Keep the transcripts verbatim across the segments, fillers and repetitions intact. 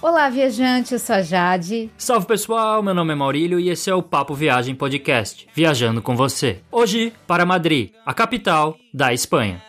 Olá, viajante, eu sou a Jade. Salve, pessoal, meu nome é Maurílio e esse é o Papo Viagem Podcast, viajando com você. Hoje, para Madrid, a capital da Espanha.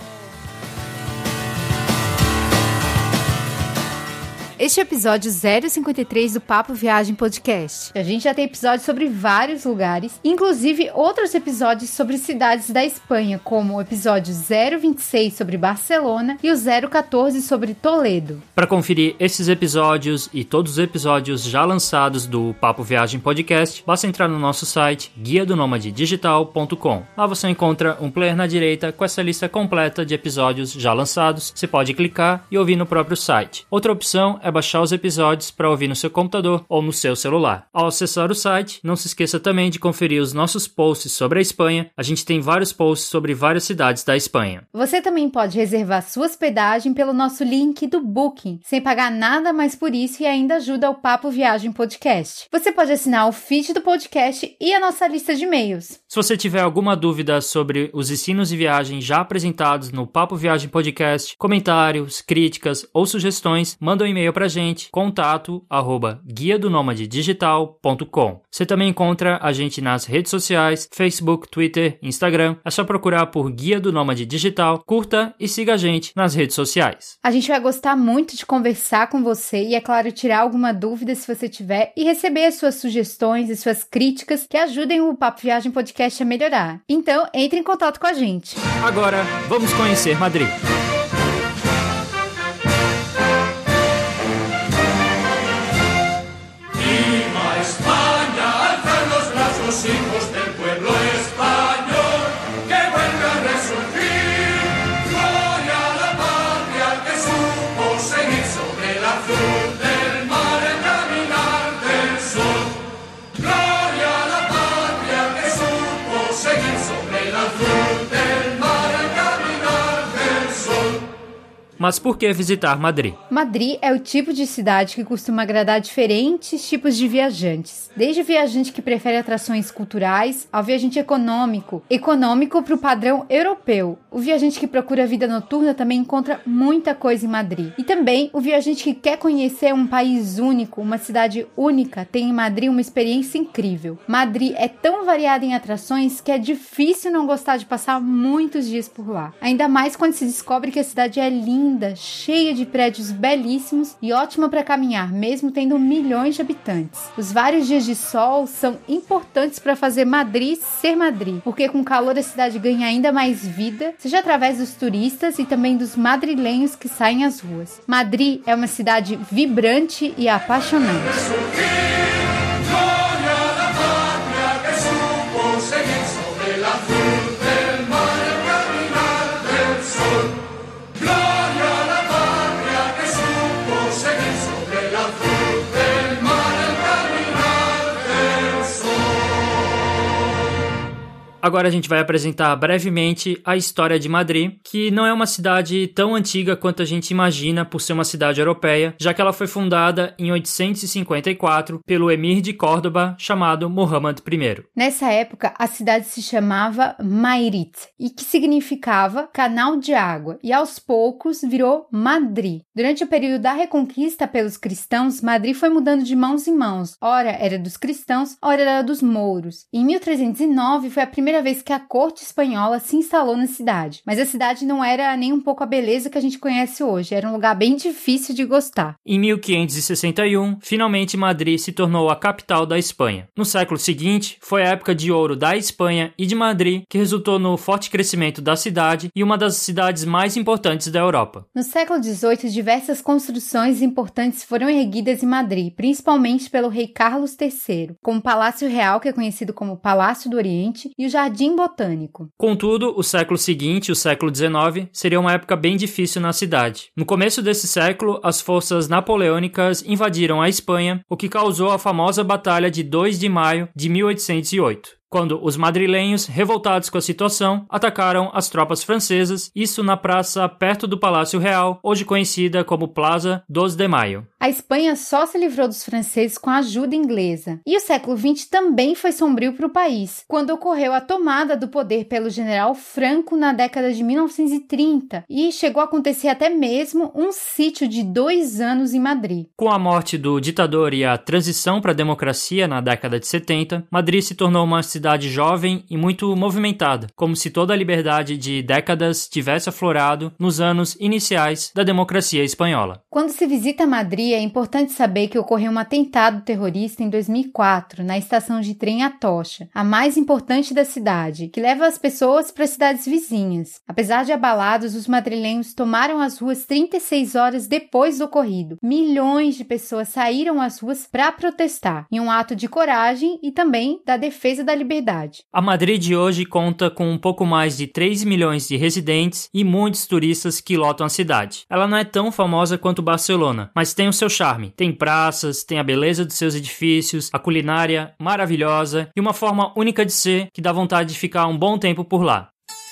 Este é o episódio zero cinquenta e três do Papo Viagem Podcast. A gente já tem episódios sobre vários lugares, inclusive outros episódios sobre cidades da Espanha, como o episódio zero vinte e seis sobre Barcelona e o zero quatorze sobre Toledo. Para conferir esses episódios e todos os episódios já lançados do Papo Viagem Podcast, basta entrar no nosso site guia do nômade digital ponto com. Lá você encontra um player na direita com essa lista completa de episódios já lançados. Você pode clicar e ouvir no próprio site. Outra opção é baixar os episódios para ouvir no seu computador ou no seu celular. Ao acessar o site, não se esqueça também de conferir os nossos posts sobre a Espanha. A gente tem vários posts sobre várias cidades da Espanha. Você também pode reservar sua hospedagem pelo nosso link do Booking, sem pagar nada mais por isso e ainda ajuda o Papo Viagem Podcast. Você pode assinar o feed do podcast e a nossa lista de e-mails. Se você tiver alguma dúvida sobre os ensinos de viagem já apresentados no Papo Viagem Podcast, comentários, críticas ou sugestões, manda um e-mail para a gente, contato arroba guia do nômade digital ponto com. Você também encontra a gente nas redes sociais, Facebook, Twitter, Instagram. É só procurar por Guia do Nômade Digital, curta e siga a gente nas redes sociais. A gente vai gostar muito de conversar com você e, é claro, tirar alguma dúvida se você tiver e receber as suas sugestões e suas críticas que ajudem o Papo Viagem Podcast a melhorar. Então, entre em contato com a gente. Agora, vamos conhecer Madrid. Los hijos del pueblo español, que vuelve a resurgir. Gloria a la patria que supo seguir sobre el azul del mar, el caminar del sol. Gloria a la patria que supo seguir sobre el azul del mar, el caminar del sol. Mas por que visitar Madrid? Madrid é o tipo de cidade que costuma agradar diferentes tipos de viajantes. Desde o viajante que prefere atrações culturais, ao viajante econômico, econômico para o padrão europeu. O viajante que procura vida noturna também encontra muita coisa em Madrid. E também o viajante que quer conhecer um país único, uma cidade única, tem em Madrid uma experiência incrível. Madrid é tão variada em atrações que é difícil não gostar de passar muitos dias por lá. Ainda mais quando se descobre que a cidade é linda, cheia de prédios belíssimos e ótima para caminhar, mesmo tendo milhões de habitantes. Os vários dias de sol são importantes para fazer Madrid ser Madrid, porque com o calor a cidade ganha ainda mais vida, seja através dos turistas e também dos madrilenhos que saem às ruas. Madrid é uma cidade vibrante e apaixonante. Agora a gente vai apresentar brevemente a história de Madrid, que não é uma cidade tão antiga quanto a gente imagina por ser uma cidade europeia, já que ela foi fundada em oitocentos e cinquenta e quatro pelo emir de Córdoba chamado Muhammad I. Nessa época, a cidade se chamava Mairit, e que significava canal de água, e aos poucos virou Madrid. Durante o período da Reconquista pelos cristãos, Madrid foi mudando de mãos em mãos. Ora era dos cristãos, ora era dos mouros. Em mil trezentos e nove foi a primeira vez que a corte espanhola se instalou na cidade. Mas a cidade não era nem um pouco a beleza que a gente conhece hoje, era um lugar bem difícil de gostar. Em mil quinhentos e sessenta e um, finalmente Madrid se tornou a capital da Espanha. No século seguinte, foi a época de ouro da Espanha e de Madrid, que resultou no forte crescimento da cidade e uma das cidades mais importantes da Europa. No século dezoito, diversas construções importantes foram erguidas em Madrid, principalmente pelo rei Carlos terceiro, como o Palácio Real, que é conhecido como Palácio do Oriente, e o Jardim Botânico. Contudo, o século seguinte, o século dezenove, seria uma época bem difícil na cidade. No começo desse século, as forças napoleônicas invadiram a Espanha, o que causou a famosa Batalha de dois de maio de mil oitocentos e oito. quando os madrilenhos, revoltados com a situação, atacaram as tropas francesas, isso na praça perto do Palácio Real, hoje conhecida como Plaza dos de Maio. A Espanha só se livrou dos franceses com a ajuda inglesa. E o século vinte também foi sombrio para o país, quando ocorreu a tomada do poder pelo general Franco na década de mil novecentos e trinta, e chegou a acontecer até mesmo um sítio de dois anos em Madrid. Com a morte do ditador e a transição para a democracia na década de setenta, Madrid se tornou uma cidade jovem e muito movimentada, como se toda a liberdade de décadas tivesse aflorado nos anos iniciais da democracia espanhola. Quando se visita Madrid, é importante saber que ocorreu um atentado terrorista em dois mil e quatro, na estação de trem Atocha, a mais importante da cidade, que leva as pessoas para cidades vizinhas. Apesar de abalados, os madrilenhos tomaram as ruas trinta e seis horas depois do ocorrido. Milhões de pessoas saíram às ruas para protestar, em um ato de coragem e também da defesa da liberdade. A Madrid de hoje conta com um pouco mais de três milhões de residentes e muitos turistas que lotam a cidade. Ela não é tão famosa quanto Barcelona, mas tem o seu charme. Tem praças, tem a beleza dos seus edifícios, a culinária maravilhosa e uma forma única de ser que dá vontade de ficar um bom tempo por lá.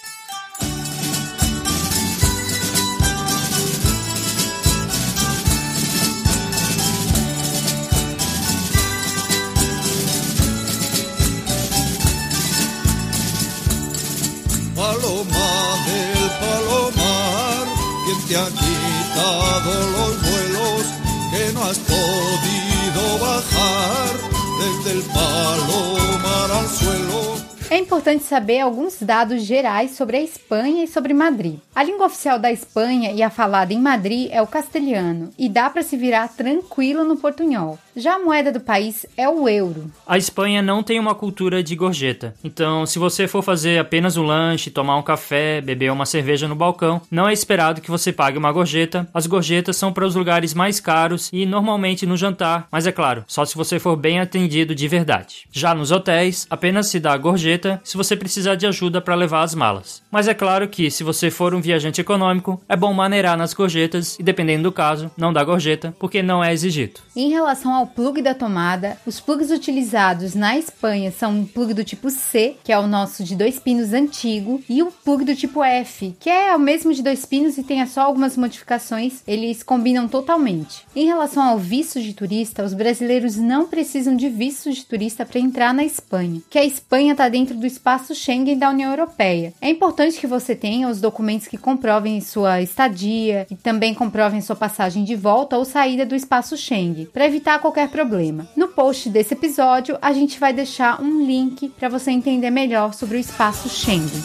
Paloma del palomar, quien te ha quitado los vuelos que no has podido bajar desde el palomar al suelo. É importante saber alguns dados gerais sobre a Espanha e sobre Madrid. A língua oficial da Espanha e a falada em Madrid é o castelhano, e dá para se virar tranquilo no portunhol. Já a moeda do país é o euro. A Espanha não tem uma cultura de gorjeta, então se você for fazer apenas um lanche, tomar um café, beber uma cerveja no balcão, não é esperado que você pague uma gorjeta. As gorjetas são para os lugares mais caros e normalmente no jantar, mas é claro, só se você for bem atendido de verdade. Já nos hotéis, apenas se dá gorjeta se você precisar de ajuda para levar as malas. Mas é claro que se você for um viajante econômico, é bom maneirar nas gorjetas e, dependendo do caso, não dá gorjeta, porque não é exigido. Em relação ao plug da tomada, os plugs utilizados na Espanha são um plug do tipo C, que é o nosso de dois pinos antigo, e o plug do tipo F, que é o mesmo de dois pinos e tem só algumas modificações, eles combinam totalmente. Em relação ao visto de turista, os brasileiros não precisam de visto de turista para entrar na Espanha, que a Espanha está dentro do espaço Schengen da União Europeia. É importante que você tenha os documentos que comprovem sua estadia e também comprovem sua passagem de volta ou saída do espaço Schengen, para evitar qualquer problema. No post desse episódio, a gente vai deixar um link para você entender melhor sobre o espaço Schengen.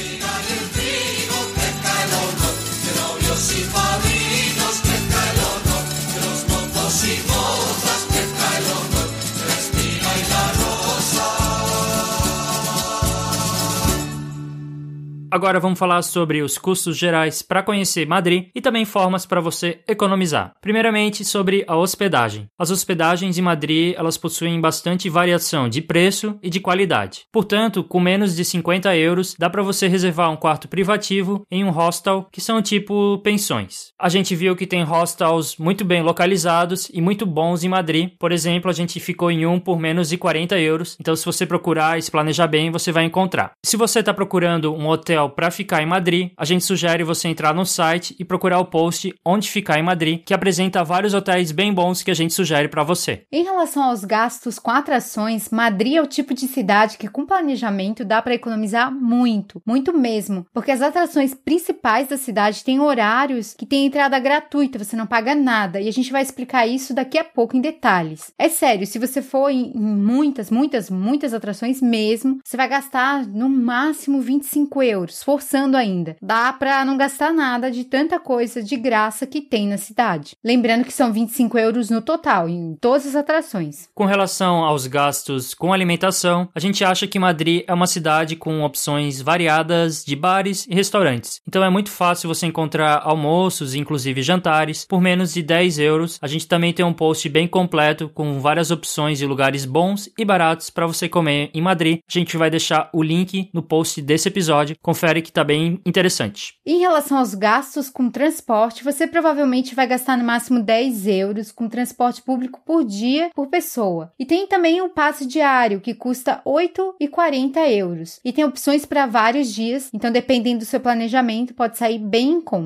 Agora vamos falar sobre os custos gerais para conhecer Madrid e também formas para você economizar. Primeiramente, sobre a hospedagem. As hospedagens em Madrid, elas possuem bastante variação de preço e de qualidade. Portanto, com menos de cinquenta euros, dá para você reservar um quarto privativo em um hostel, que são tipo pensões. A gente viu que tem hostels muito bem localizados e muito bons em Madrid. Por exemplo, a gente ficou em um por menos de quarenta euros. Então, se você procurar e se planejar bem, você vai encontrar. Se você está procurando um hotel para ficar em Madrid, a gente sugere você entrar no site e procurar o post Onde Ficar em Madrid, que apresenta vários hotéis bem bons que a gente sugere para você. Em relação aos gastos com atrações, Madrid é o tipo de cidade que com planejamento dá para economizar muito, muito mesmo, porque as atrações principais da cidade têm horários que têm entrada gratuita, você não paga nada, e a gente vai explicar isso daqui a pouco em detalhes. É sério, se você for em muitas, muitas, muitas atrações mesmo, você vai gastar no máximo vinte e cinco euros, forçando ainda. Dá pra não gastar nada de tanta coisa de graça que tem na cidade. Lembrando que são vinte e cinco euros no total, em todas as atrações. Com relação aos gastos com alimentação, a gente acha que Madrid é uma cidade com opções variadas de bares e restaurantes. Então é muito fácil você encontrar almoços, inclusive jantares, por menos de dez euros. A gente também tem um post bem completo com várias opções de lugares bons e baratos para você comer em Madrid. A gente vai deixar o link no post desse episódio. Confere que tá bem interessante. Em relação aos gastos com transporte, você provavelmente vai gastar no máximo dez euros com transporte público por dia por pessoa. E tem também o passe diário, que custa oito reais e quarenta euros. E tem opções para vários dias, então dependendo do seu planejamento, pode sair bem em conta.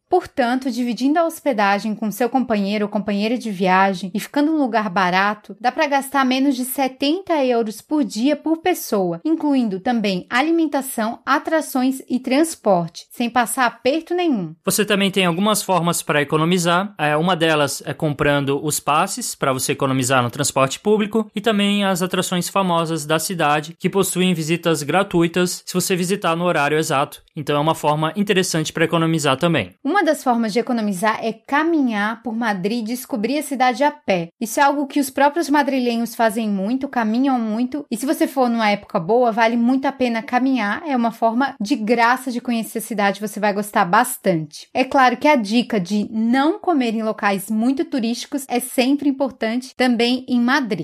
Portanto, dividindo a hospedagem com seu companheiro ou companheira de viagem e ficando num lugar barato, dá para gastar menos de setenta euros por dia por pessoa, incluindo também alimentação, atrações e transporte, sem passar aperto nenhum. Você também tem algumas formas para economizar. É, uma delas é comprando os passes para você economizar no transporte público e também as atrações famosas da cidade que possuem visitas gratuitas se você visitar no horário exato. Então é uma forma interessante para economizar também. Uma das formas de economizar é caminhar por Madrid e descobrir a cidade a pé. Isso é algo que os próprios madrilenhos fazem muito, caminham muito, e se você for numa época boa, vale muito a pena caminhar. É uma forma de graça de conhecer a cidade, você vai gostar bastante. É claro que a dica de não comer em locais muito turísticos é sempre importante, também em Madrid.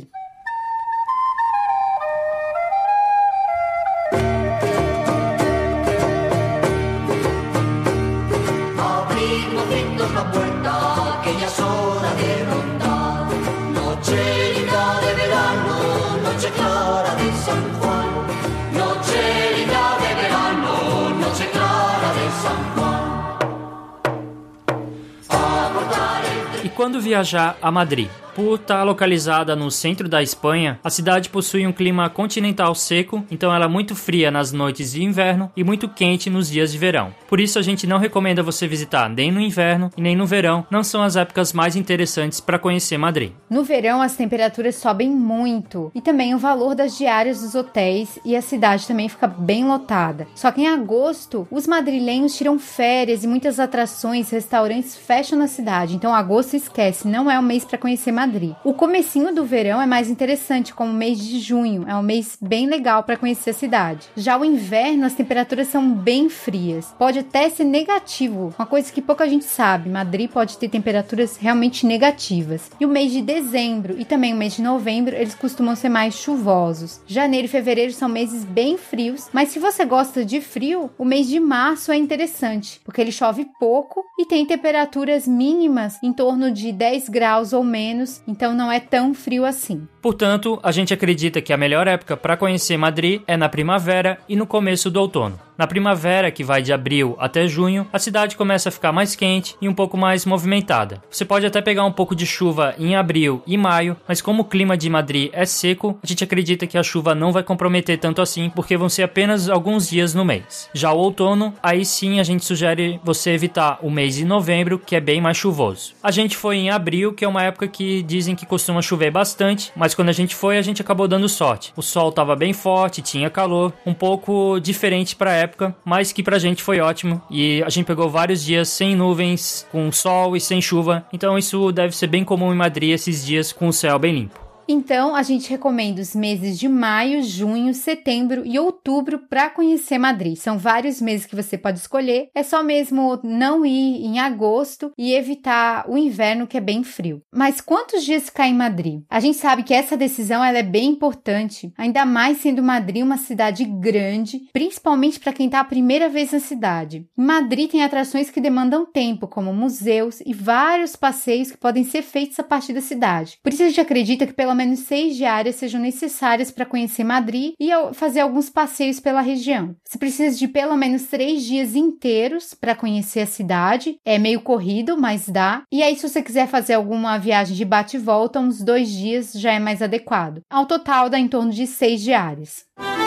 E quando viajar a Madrid? Por estar localizada no centro da Espanha, a cidade possui um clima continental seco, então ela é muito fria nas noites de inverno e muito quente nos dias de verão. Por isso a gente não recomenda você visitar nem no inverno e nem no verão, não são as épocas mais interessantes para conhecer Madrid. No verão as temperaturas sobem muito e também o valor das diárias dos hotéis e a cidade também fica bem lotada. Só que em agosto os madrilenhos tiram férias e muitas atrações, restaurantes fecham na cidade, então agosto esquece, não é o mês para conhecer Madrid. O comecinho do verão é mais interessante, como o mês de junho, é um mês bem legal para conhecer a cidade. Já o inverno, as temperaturas são bem frias, pode até ser negativo, uma coisa que pouca gente sabe, Madrid pode ter temperaturas realmente negativas. E o mês de dezembro e também o mês de novembro, eles costumam ser mais chuvosos. Janeiro e fevereiro são meses bem frios, mas se você gosta de frio, o mês de março é interessante, porque ele chove pouco e tem temperaturas mínimas em torno de dez graus ou menos, então não é tão frio assim. Portanto, a gente acredita que a melhor época para conhecer Madrid é na primavera e no começo do outono. Na primavera, que vai de abril até junho, a cidade começa a ficar mais quente e um pouco mais movimentada. Você pode até pegar um pouco de chuva em abril e maio, mas como o clima de Madrid é seco, a gente acredita que a chuva não vai comprometer tanto assim, porque vão ser apenas alguns dias no mês. Já o outono, aí sim a gente sugere você evitar o mês de novembro, que é bem mais chuvoso. A gente foi em abril, que é uma época que dizem que costuma chover bastante, mas quando a gente foi, a gente acabou dando sorte. O sol estava bem forte, tinha calor, um pouco diferente para a época, mas que pra gente foi ótimo e a gente pegou vários dias sem nuvens, com sol e sem chuva, então isso deve ser bem comum em Madrid esses dias com o céu bem limpo. Então, a gente recomenda os meses de maio, junho, setembro e outubro para conhecer Madrid. São vários meses que você pode escolher. É só mesmo não ir em agosto e evitar o inverno, que é bem frio. Mas quantos dias ficar em Madrid? A gente sabe que essa decisão ela é bem importante, ainda mais sendo Madrid uma cidade grande, principalmente para quem está a primeira vez na cidade. Em Madrid tem atrações que demandam tempo, como museus e vários passeios que podem ser feitos a partir da cidade. Por isso a gente acredita que pelo menos seis diárias sejam necessárias para conhecer Madrid e fazer alguns passeios pela região. Você precisa de pelo menos três dias inteiros para conhecer a cidade. É meio corrido, mas dá. E aí, se você quiser fazer alguma viagem de bate e volta, uns dois dias já é mais adequado. Ao total, dá em torno de seis diárias.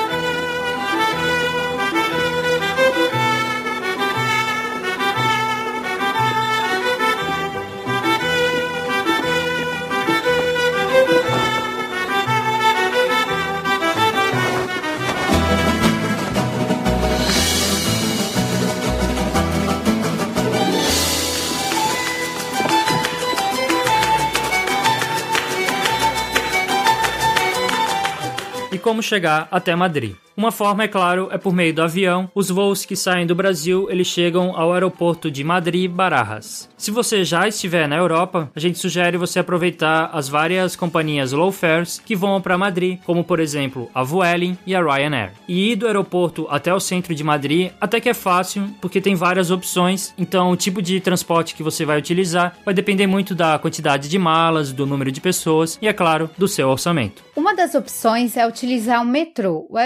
E como chegar até Madrid? Uma forma, é claro, é por meio do avião. Os voos que saem do Brasil, eles chegam ao aeroporto de Madrid-Barajas. Se você já estiver na Europa, a gente sugere você aproveitar as várias companhias low fares que vão para Madrid, como por exemplo a Vueling e a Ryanair. E ir do aeroporto até o centro de Madrid até que é fácil, porque tem várias opções, então o tipo de transporte que você vai utilizar vai depender muito da quantidade de malas, do número de pessoas e, é claro, do seu orçamento. Uma das opções é utilizar o metrô. O aeroporto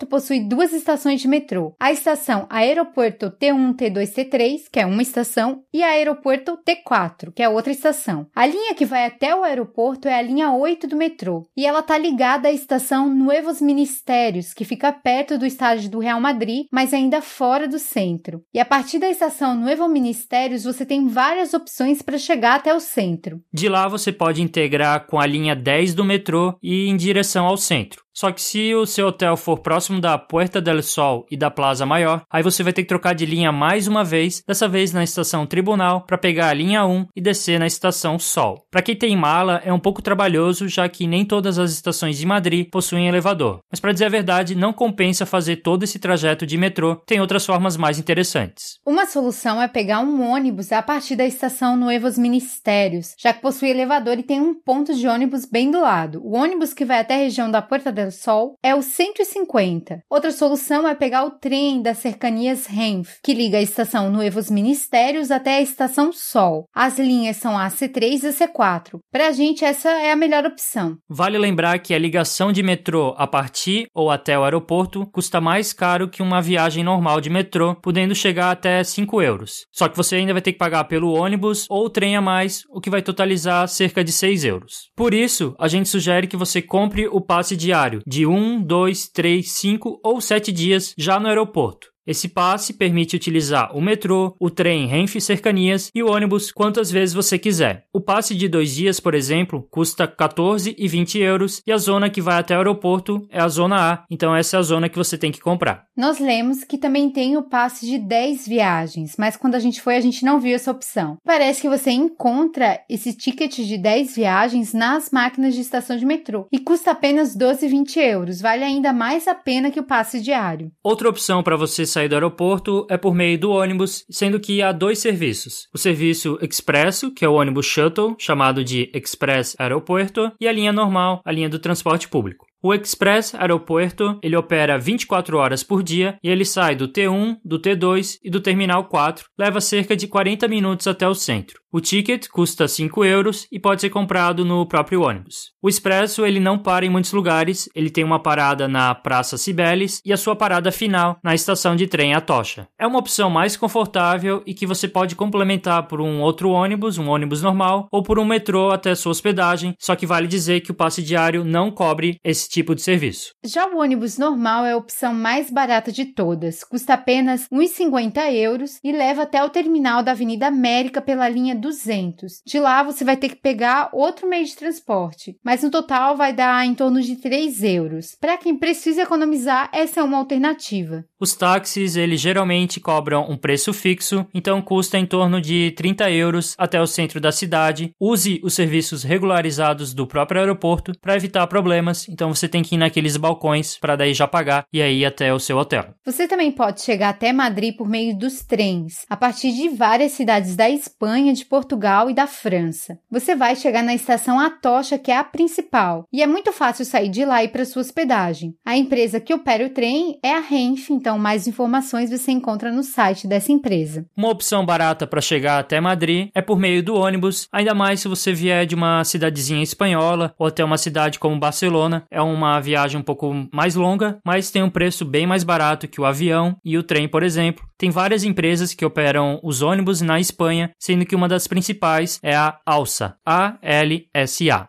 aeroporto possui duas estações de metrô. A estação Aeroporto T um, T dois, T três, que é uma estação, e a Aeroporto T quatro, que é outra estação. A linha que vai até o aeroporto é a linha oito do metrô, e ela está ligada à estação Nuevos Ministérios, que fica perto do estádio do Real Madrid, mas ainda fora do centro. E a partir da estação Nuevos Ministérios, você tem várias opções para chegar até o centro. De lá você pode integrar com a linha dez do metrô e ir em direção ao centro. Só que se o seu hotel for próximo da Puerta del Sol e da Plaza Maior, aí você vai ter que trocar de linha mais uma vez, dessa vez na estação Tribunal, para pegar a linha um e descer na estação Sol. Para quem tem mala, é um pouco trabalhoso, já que nem todas as estações de Madrid possuem elevador. Mas para dizer a verdade, não compensa fazer todo esse trajeto de metrô, tem outras formas mais interessantes. Uma solução é pegar um ônibus a partir da estação Nuevos Ministérios, já que possui elevador e tem um ponto de ônibus bem do lado. O ônibus que vai até a região da Puerta del Sol é o cento e cinquenta. Outra solução é pegar o trem das cercanias Renfe, que liga a estação Nuevos Ministérios até a estação Sol. As linhas são a C três e a C quatro. Pra gente, essa é a melhor opção. Vale lembrar que a ligação de metrô a partir ou até o aeroporto custa mais caro que uma viagem normal de metrô, podendo chegar até cinco euros. Só que você ainda vai ter que pagar pelo ônibus ou trem a mais, o que vai totalizar cerca de seis euros. Por isso, a gente sugere que você compre o passe diário de um, dois, três, cinco ou sete dias já no aeroporto. Esse passe permite utilizar o metrô, o trem Renfe Cercanias e o ônibus quantas vezes você quiser. O passe de dois dias, por exemplo, custa quatorze e vinte euros e a zona que vai até o aeroporto é a zona A, então essa é a zona que você tem que comprar. Nós lemos que também tem o passe de dez viagens, mas quando a gente foi a gente não viu essa opção. Parece que você encontra esse ticket de dez viagens nas máquinas de estação de metrô e custa apenas doze e vinte euros, vale ainda mais a pena que o passe diário. Outra opção para você sair do aeroporto é por meio do ônibus, sendo que há dois serviços. O serviço Expresso, que é o ônibus Shuttle, chamado de Express Aeropuerto, e a linha normal, a linha do transporte público. O Express Aeropuerto, ele opera vinte e quatro horas por dia e ele sai do T um, do T dois e do Terminal quatro, leva cerca de quarenta minutos até o centro. O ticket custa cinco euros e pode ser comprado no próprio ônibus. O Expresso, ele não para em muitos lugares, ele tem uma parada na Praça Cibeles e a sua parada final na estação de trem Atocha. É uma opção mais confortável e que você pode complementar por um outro ônibus, um ônibus normal, ou por um metrô até a sua hospedagem, só que vale dizer que o passe diário não cobre esse tipo de serviço. Já o ônibus normal é a opção mais barata de todas, custa apenas um real e cinquenta euros e leva até o terminal da Avenida América pela linha duzentos. De lá você vai ter que pegar outro meio de transporte, mas no total vai dar em torno de três euros. Para quem precisa economizar, essa é uma alternativa. Os táxis, eles geralmente cobram um preço fixo, então custa em torno de trinta euros até o centro da cidade. Use os serviços regularizados do próprio aeroporto para evitar problemas, então você tem que ir naqueles balcões para daí já pagar e aí ir até o seu hotel. Você também pode chegar até Madrid por meio dos trens, a partir de várias cidades da Espanha, de Portugal e da França. Você vai chegar na estação Atocha, que é a principal, e é muito fácil sair de lá e ir para sua hospedagem. A empresa que opera o trem é a Renfe, então mais informações você encontra no site dessa empresa. Uma opção barata para chegar até Madrid é por meio do ônibus, ainda mais se você vier de uma cidadezinha espanhola ou até uma cidade como Barcelona. É uma viagem um pouco mais longa, mas tem um preço bem mais barato que o avião e o trem, por exemplo. Tem várias empresas que operam os ônibus na Espanha, sendo que uma das principais é a ALSA, A L S A.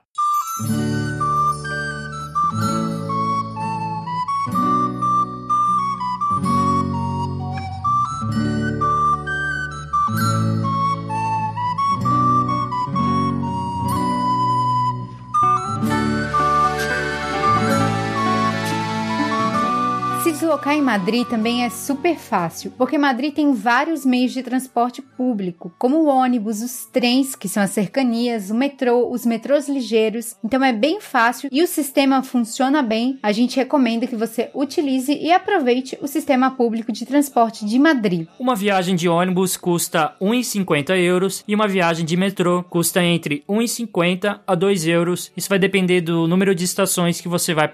Se deslocar em Madrid também é super fácil, porque Madrid tem vários meios de transporte público, como o ônibus, os trens, que são as cercanias, o metrô, os metrôs ligeiros, então é bem fácil e o sistema funciona bem. A gente recomenda que você utilize e aproveite o sistema público de transporte de Madrid. Uma viagem de ônibus custa um real e cinquenta euros e uma viagem de metrô custa entre um real e cinquenta a dois euros, isso vai depender do número de estações que você vai passar.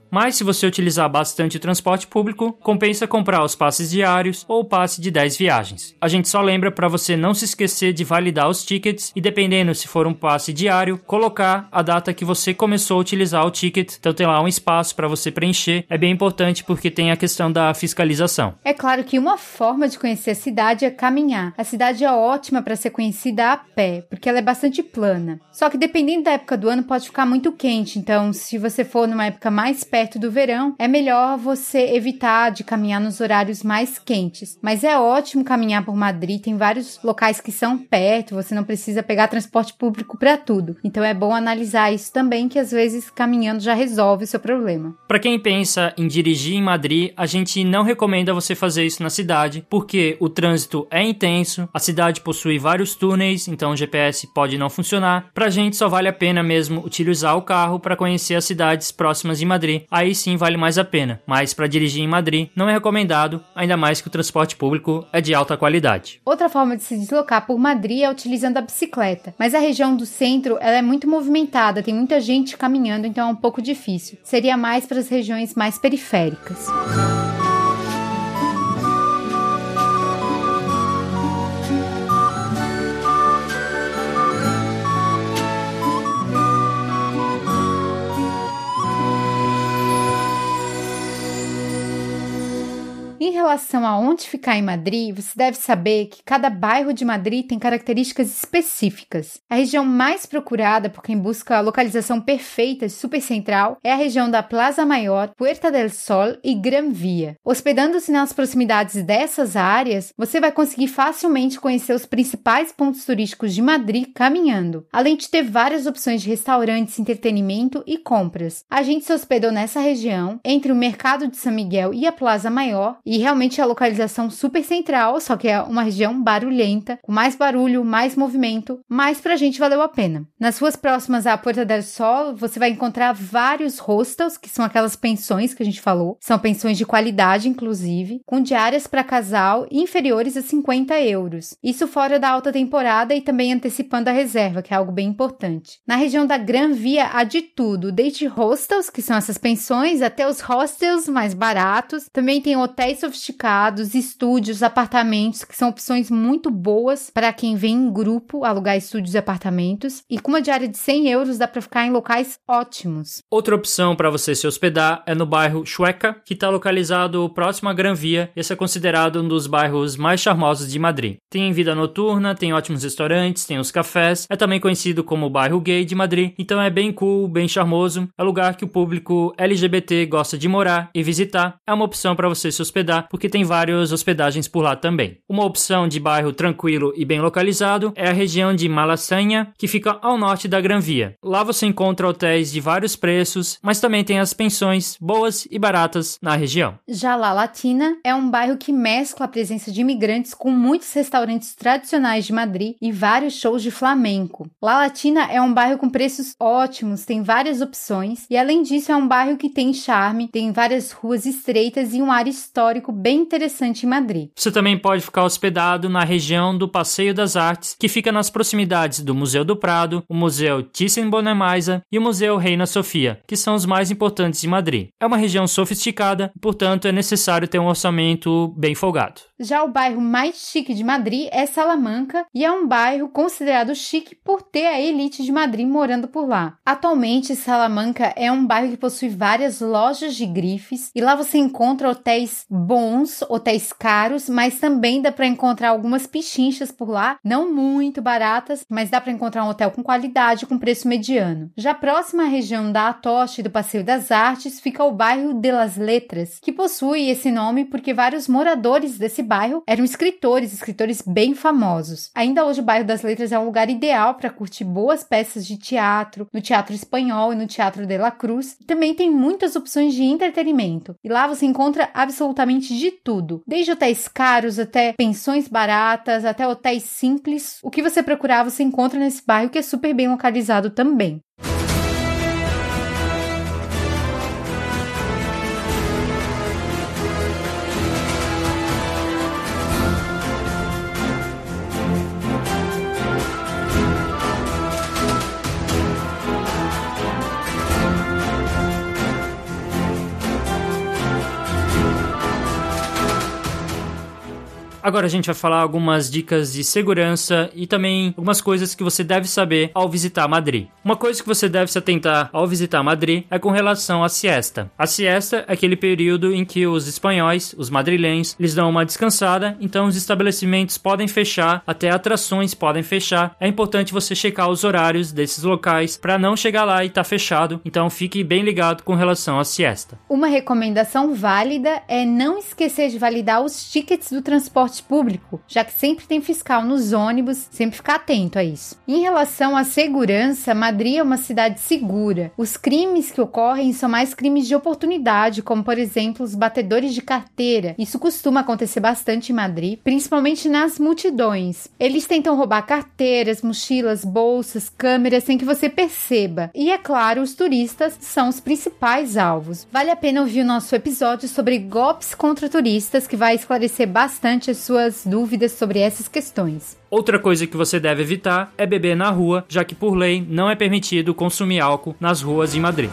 Mas se você utilizar bastante o transporte público, compensa comprar os passes diários ou o passe de dez viagens. A gente só lembra para você não se esquecer de validar os tickets e, dependendo se for um passe diário, colocar a data que você começou a utilizar o ticket. Então tem lá um espaço para você preencher. É bem importante porque tem a questão da fiscalização. É claro que uma forma de conhecer a cidade é caminhar. A cidade é ótima para ser conhecida a pé, porque ela é bastante plana. Só que dependendo da época do ano pode ficar muito quente, então se você for numa época mais perto do verão, é melhor você evitar de caminhar nos horários mais quentes. Mas é ótimo caminhar por Madrid, tem vários locais que são perto, você não precisa pegar transporte público para tudo. Então é bom analisar isso também, que às vezes caminhando já resolve o seu problema. Para quem pensa em dirigir em Madrid, a gente não recomenda você fazer isso na cidade, porque o trânsito é intenso, a cidade possui vários túneis, então o G P S pode não funcionar. Pra gente só vale a pena mesmo utilizar o carro para conhecer as cidades próximas de Madrid. Aí sim vale mais a pena, mas para dirigir em Madrid não é recomendado, ainda mais que o transporte público é de alta qualidade. Outra forma de se deslocar por Madrid é utilizando a bicicleta, mas a região do centro ela é muito movimentada, tem muita gente caminhando, então é um pouco difícil. Seria mais para as regiões mais periféricas. Em relação a onde ficar em Madrid, você deve saber que cada bairro de Madrid tem características específicas. A região mais procurada por quem busca a localização perfeita, super central, é a região da Plaza Maior, Puerta del Sol e Gran Via. Hospedando-se nas proximidades dessas áreas, você vai conseguir facilmente conhecer os principais pontos turísticos de Madrid caminhando, além de ter várias opções de restaurantes, entretenimento e compras. A gente se hospedou nessa região, entre o Mercado de São Miguel e a Plaza Maior, e realmente é a localização super central, só que é uma região barulhenta, com mais barulho, mais movimento, mas pra gente valeu a pena. Nas ruas próximas à Puerta del Sol, você vai encontrar vários hostels, que são aquelas pensões que a gente falou, são pensões de qualidade, inclusive, com diárias para casal inferiores a cinquenta euros. Isso fora da alta temporada e também antecipando a reserva, que é algo bem importante. Na região da Gran Via há de tudo, desde hostels, que são essas pensões, até os hostels mais baratos. Também tem hotéis sofisticados, estúdios, apartamentos, que são opções muito boas para quem vem em grupo alugar estúdios e apartamentos. E com uma diária de cem euros dá para ficar em locais ótimos. Outra opção para você se hospedar é no bairro Chueca, que está localizado próximo à Gran Via. Esse é considerado um dos bairros mais charmosos de Madrid. Tem vida noturna, tem ótimos restaurantes, tem os cafés. É também conhecido como o bairro gay de Madrid. Então é bem cool, bem charmoso. É lugar que o público L G B T gosta de morar e visitar. É uma opção para você se hospedar, porque tem várias hospedagens por lá também. Uma opção de bairro tranquilo e bem localizado é a região de Malasaña, que fica ao norte da Gran Via. Lá você encontra hotéis de vários preços, mas também tem as pensões boas e baratas na região. Já La Latina é um bairro que mescla a presença de imigrantes com muitos restaurantes tradicionais de Madrid e vários shows de flamenco. La Latina é um bairro com preços ótimos, tem várias opções e além disso é um bairro que tem charme, tem várias ruas estreitas e um ar histórico bem interessante em Madrid. Você também pode ficar hospedado na região do Passeio das Artes, que fica nas proximidades do Museu do Prado, o Museu Thyssen-Bornemisza e o Museu Reina Sofia, que são os mais importantes de Madrid. É uma região sofisticada, portanto é necessário ter um orçamento bem folgado. Já o bairro mais chique de Madrid é Salamanca e é um bairro considerado chique por ter a elite de Madrid morando por lá. Atualmente, Salamanca é um bairro que possui várias lojas de grifes e lá você encontra hotéis bons, hotéis caros, mas também dá para encontrar algumas pichinchas por lá, não muito baratas, mas dá para encontrar um hotel com qualidade, com preço mediano. Já próxima à região da Atocha e do Passeio das Artes fica o bairro de las Letras, que possui esse nome porque vários moradores desse bairro eram escritores, escritores bem famosos. Ainda hoje o bairro das Letras é um lugar ideal para curtir boas peças de teatro, no Teatro Espanhol e no Teatro de la Cruz. Também tem muitas opções de entretenimento e lá você encontra absolutamente de tudo, desde hotéis caros até pensões baratas, até hotéis simples. O que você procurar você encontra nesse bairro que é super bem localizado também. Agora a gente vai falar algumas dicas de segurança e também algumas coisas que você deve saber ao visitar Madrid. Uma coisa que você deve se atentar ao visitar Madrid é com relação à siesta. A siesta é aquele período em que os espanhóis, os madrilenhos, lhes dão uma descansada, então os estabelecimentos podem fechar, até atrações podem fechar. É importante você checar os horários desses locais para não chegar lá e estar tá fechado, então fique bem ligado com relação à siesta. Uma recomendação válida é não esquecer de validar os tickets do transporte público, já que sempre tem fiscal nos ônibus, sempre ficar atento a isso. Em relação à segurança, Madrid é uma cidade segura. Os crimes que ocorrem são mais crimes de oportunidade, como por exemplo os batedores de carteira. Isso costuma acontecer bastante em Madrid, principalmente nas multidões. Eles tentam roubar carteiras, mochilas, bolsas, câmeras sem que você perceba. E é claro, os turistas são os principais alvos. Vale a pena ouvir o nosso episódio sobre golpes contra turistas, que vai esclarecer bastante as suas dúvidas sobre essas questões. Outra coisa que você deve evitar é beber na rua, já que por lei não é permitido consumir álcool nas ruas em Madrid.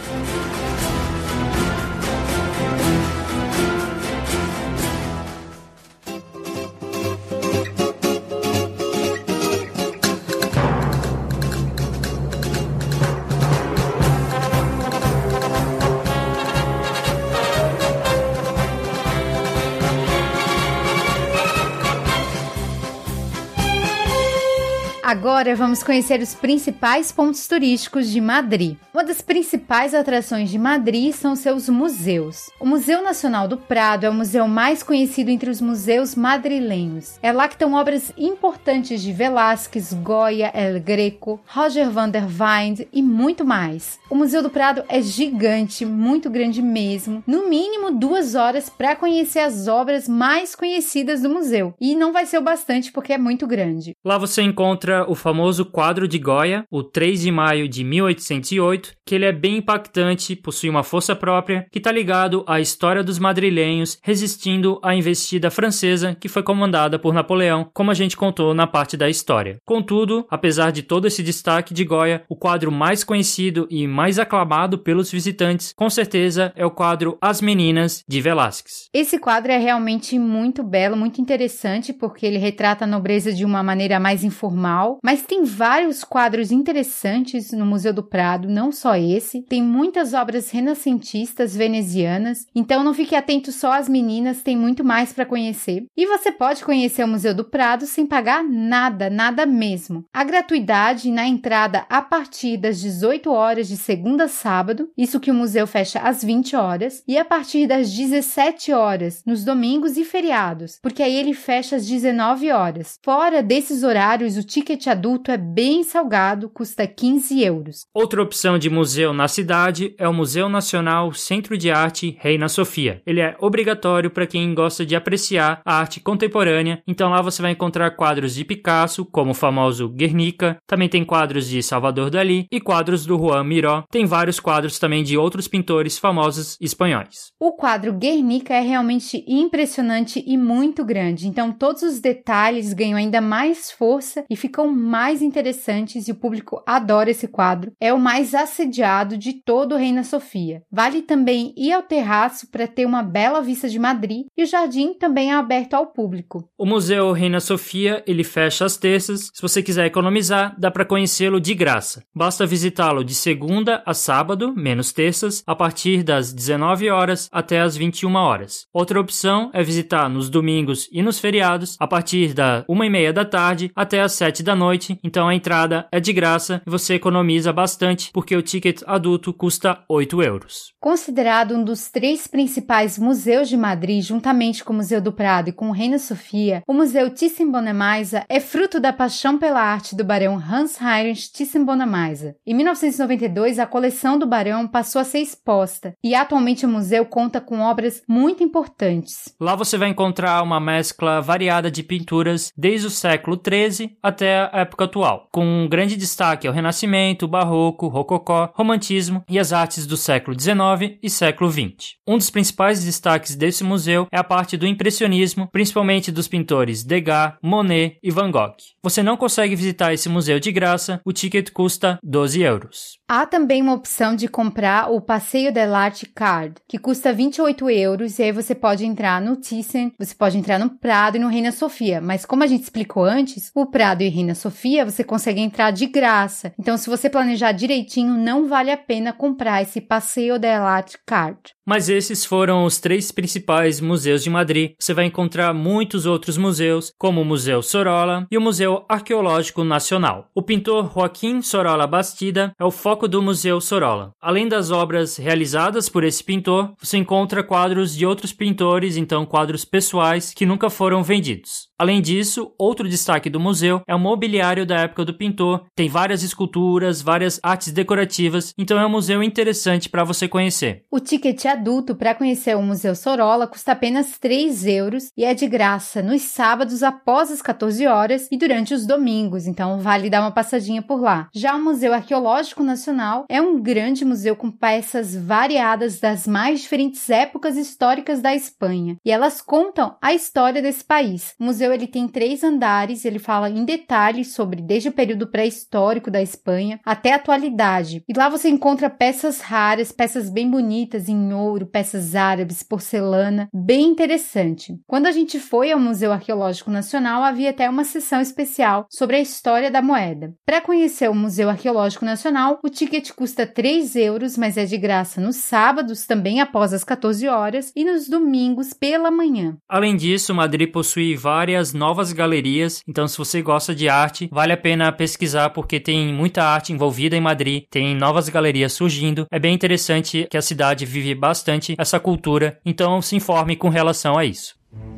Agora vamos conhecer os principais pontos turísticos de Madrid. Uma das principais atrações de Madrid são seus museus. O Museu Nacional do Prado é o museu mais conhecido entre os museus madrilenhos. É lá que estão obras importantes de Velázquez, Goya, El Greco, Roger van der Weyden e muito mais. O Museu do Prado é gigante, muito grande mesmo. No mínimo duas horas para conhecer as obras mais conhecidas do museu. E não vai ser o bastante porque é muito grande. Lá você encontra o famoso quadro de Goya, o três de maio de mil oitocentos e oito, que ele é bem impactante, possui uma força própria, que está ligado à história dos madrilenhos resistindo à investida francesa que foi comandada por Napoleão, como a gente contou na parte da história. Contudo, apesar de todo esse destaque de Goya, o quadro mais conhecido e mais aclamado pelos visitantes, com certeza, é o quadro As Meninas, de Velázquez. Esse quadro é realmente muito belo, muito interessante, porque ele retrata a nobreza de uma maneira mais informal, mas tem vários quadros interessantes no Museu do Prado, não só esse. Tem muitas obras renascentistas venezianas, então não fique atento só às meninas, tem muito mais para conhecer. E você pode conhecer o Museu do Prado sem pagar nada, nada mesmo. A gratuidade na entrada a partir das dezoito horas de segunda a sábado, isso que o museu fecha às vinte horas, e a partir das dezessete horas nos domingos e feriados, porque aí ele fecha às dezenove horas. Fora desses horários, o ticket adulto é bem salgado, custa quinze euros. Outra opção de museu na cidade é o Museu Nacional Centro de Arte Reina Sofia. Ele é obrigatório para quem gosta de apreciar a arte contemporânea, então lá você vai encontrar quadros de Picasso, como o famoso Guernica, também tem quadros de Salvador Dalí e quadros do Juan Miró, tem vários quadros também de outros pintores famosos espanhóis. O quadro Guernica é realmente impressionante e muito grande, então todos os detalhes ganham ainda mais força e ficam mais interessantes e o público adora esse quadro. É o mais assediado de todo o Reina Sofia. Vale também ir ao terraço para ter uma bela vista de Madrid e o jardim também é aberto ao público. O Museu Reina Sofia, ele fecha às terças. Se você quiser economizar, dá para conhecê-lo de graça. Basta visitá-lo de segunda a sábado, menos terças, a partir das dezenove horas até as vinte e uma horas. Outra opção é visitar nos domingos e nos feriados, a partir da uma e meia da tarde até as sete da noite, então a entrada é de graça e você economiza bastante porque o ticket adulto custa oito euros. Considerado um dos três principais museus de Madrid, juntamente com o Museu do Prado e com o Reina Sofia, o Museu Thyssen-Bornemisza é fruto da paixão pela arte do barão Hans-Heinrich Thyssen-Bornemisza. Em mil novecentos e noventa e dois, a coleção do barão passou a ser exposta e atualmente o museu conta com obras muito importantes. Lá você vai encontrar uma mescla variada de pinturas desde o século treze até até a época atual, com um grande destaque ao Renascimento, Barroco, Rococó, Romantismo e as artes do século dezenove e século vinte. Um dos principais destaques desse museu é a parte do impressionismo, principalmente dos pintores Degas, Monet e Van Gogh. Você não consegue visitar esse museu de graça, o ticket custa doze euros. Há também uma opção de comprar o Passeio del Arte Card, que custa vinte e oito euros, e aí você pode entrar no Thyssen, você pode entrar no Prado e no Reina Sofia, mas como a gente explicou antes, o Prado e Reina Sofia você consegue entrar de graça, então se você planejar direitinho, não vale a pena comprar esse Passeio del Arte Card. Mas esses foram os três principais museus de Madrid. Você vai encontrar muitos outros museus, como o Museu Sorolla e o Museu Arqueológico Nacional. O pintor Joaquim Sorolla Bastida é o foco do Museu Sorolla. Além das obras realizadas por esse pintor, você encontra quadros de outros pintores, então quadros pessoais que nunca foram vendidos. Além disso, outro destaque do museu é o mobiliário da época do pintor. Tem várias esculturas, várias artes decorativas, então é um museu interessante para você conhecer. O ticket adulto para conhecer o Museu Sorolla custa apenas três euros e é de graça nos sábados após as quatorze horas e durante os domingos, então vale dar uma passadinha por lá. Já o Museu Arqueológico Nacional é um grande museu com peças variadas das mais diferentes épocas históricas da Espanha e elas contam a história desse país. O museu ele tem três andares, ele fala em detalhes sobre desde o período pré-histórico da Espanha até a atualidade. E lá você encontra peças raras, peças bem bonitas em ouro, peças árabes, porcelana, bem interessante. Quando a gente foi ao Museu Arqueológico Nacional, havia até uma sessão especial sobre a história da moeda. Para conhecer o Museu Arqueológico Nacional, o ticket custa três euros, mas é de graça nos sábados, também após as quatorze horas, e nos domingos pela manhã. Além disso, Madrid possui várias novas galerias, então se você gosta de arte, vale a pena pesquisar porque tem muita arte envolvida em Madrid, tem novas galerias surgindo, é bem interessante que a cidade vive bastante essa cultura, então se informe com relação a isso.